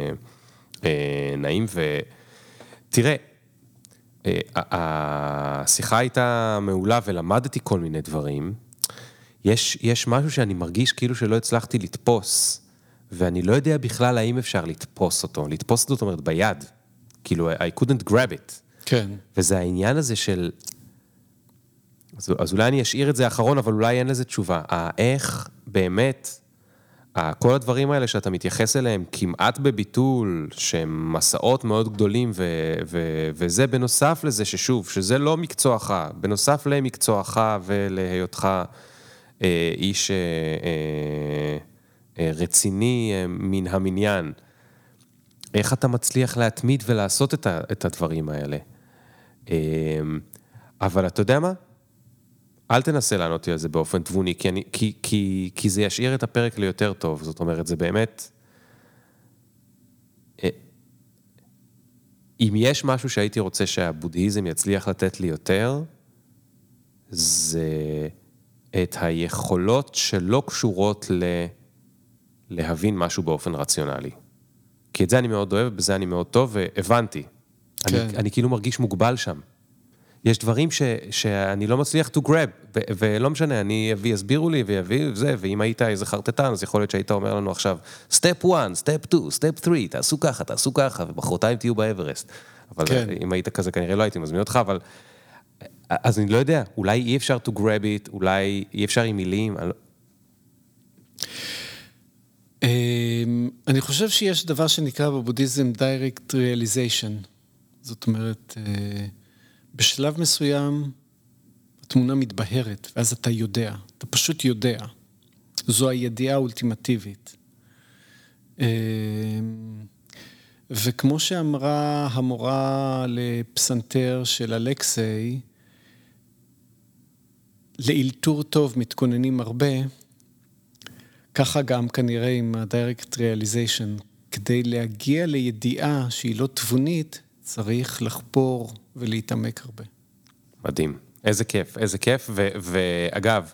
נעים, ותראה, השיחה הייתה מעולה ולמדתי כל מיני דברים, יש משהו שאני מרגיש כאילו שלא הצלחתי לתפוס, ואני לא יודע בכלל האם אפשר לתפוס אותו. לתפוס אותו, זאת אומרת, ביד. כאילו, I couldn't grab it. כן. וזה העניין הזה של... אז אולי אני אשאיר את זה האחרון, אבל אולי אין לזה תשובה. איך באמת, כל הדברים האלה שאתה מתייחס אליהם כמעט בביטול, שהם מסעות מאוד גדולים, וזה בנוסף לזה ששוב, שזה לא מקצועך, בנוסף למקצועך ולהיותך איש רציני מן המניין, איך אתה מצליח להתמיד ולעשות את הדברים האלה. אבל אתה יודע מה? אל תנסה לענות לי על זה באופן תבוני, כי זה ישאיר את הפרק ליותר טוב. זאת אומרת, זה באמת... אם יש משהו שהייתי רוצה שהבודהיזם יצליח לתת לי יותר, זה את היכולות שלא קשורות להבין משהו באופן רציונלי. כי את זה אני מאוד אוהב, בזה אני מאוד טוב, והבנתי. כן. אני כאילו מרגיש מוגבל שם. יש דברים שאני לא מצליח to grab, ולא משנה, יסבירו לי ויביא זה, ואם היית איזה חרטטן, אז יכול להיות שהיית אומר לנו עכשיו, step 1, step 2, step 3, תעשו ככה, ובחרותיים תהיו באברסט. אבל כן. אם היית כזה, כנראה לא הייתי מזמין אותך, אבל... אז אני לא יודע, אולי אי אפשר to grab it, אולי אי אפשר עם מילים. אני חושב שיש דבר שנקרא בבודהיזם direct realization. זאת אומרת... בשלב מסוים, התמונה מתבהרת, ואז אתה יודע, אתה פשוט יודע. זו הידיעה האולטימטיבית. וכמו שאמרה המורה לפסנתר של אלכסי, לאלתור טוב מתכוננים הרבה, ככה גם כנראה עם ה-direct realization, כדי להגיע לידיעה שהיא לא תבונית, צריך לחפור ולהתעמק הרבה. מדהים. איזה כיף, איזה כיף. ואגב,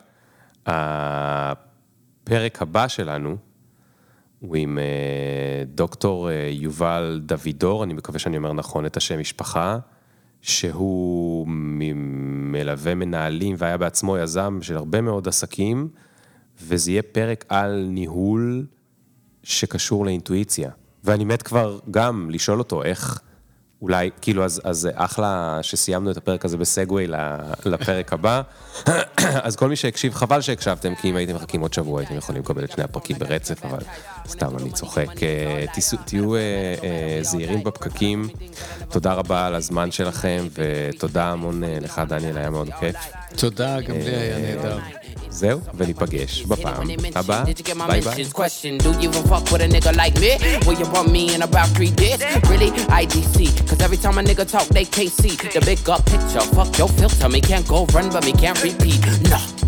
הפרק הבא שלנו הוא עם דוקטור יובל דוידור, אני מקווה שאני אומר נכון את השם משפחה, שהוא מלווה מנהלים והיה בעצמו יזם של הרבה מאוד עסקים, וזה יהיה פרק על ניהול שקשור לאינטואיציה. ואני מת כבר גם לשאול אותו איך... אולי, כאילו, אז אחלה שסיימנו את הפרק הזה בסגווי לפרק הבא. אז כל מי שהקשיב, חבל שהקשבתם, כי אם הייתם מחכים עוד שבוע, הייתם יכולים לקבל את שני הפרקים ברצף, אבל סתם אני צוחק. תהיו זהירים בפקקים. תודה רבה על הזמן שלכם, ותודה המון לך, דניאל, היה מאוד כיף. תודה, גם לי היה נהדר. זהו, וניפגש בפעם הבאה. ביי ביי. Do you even fuck with a nigga like me? Will you want me in about 3 days? Really? IDC. Cause every time a nigga talk, they can't see the big up picture. Fuck your filter, me can't go run, but me can't repeat. No.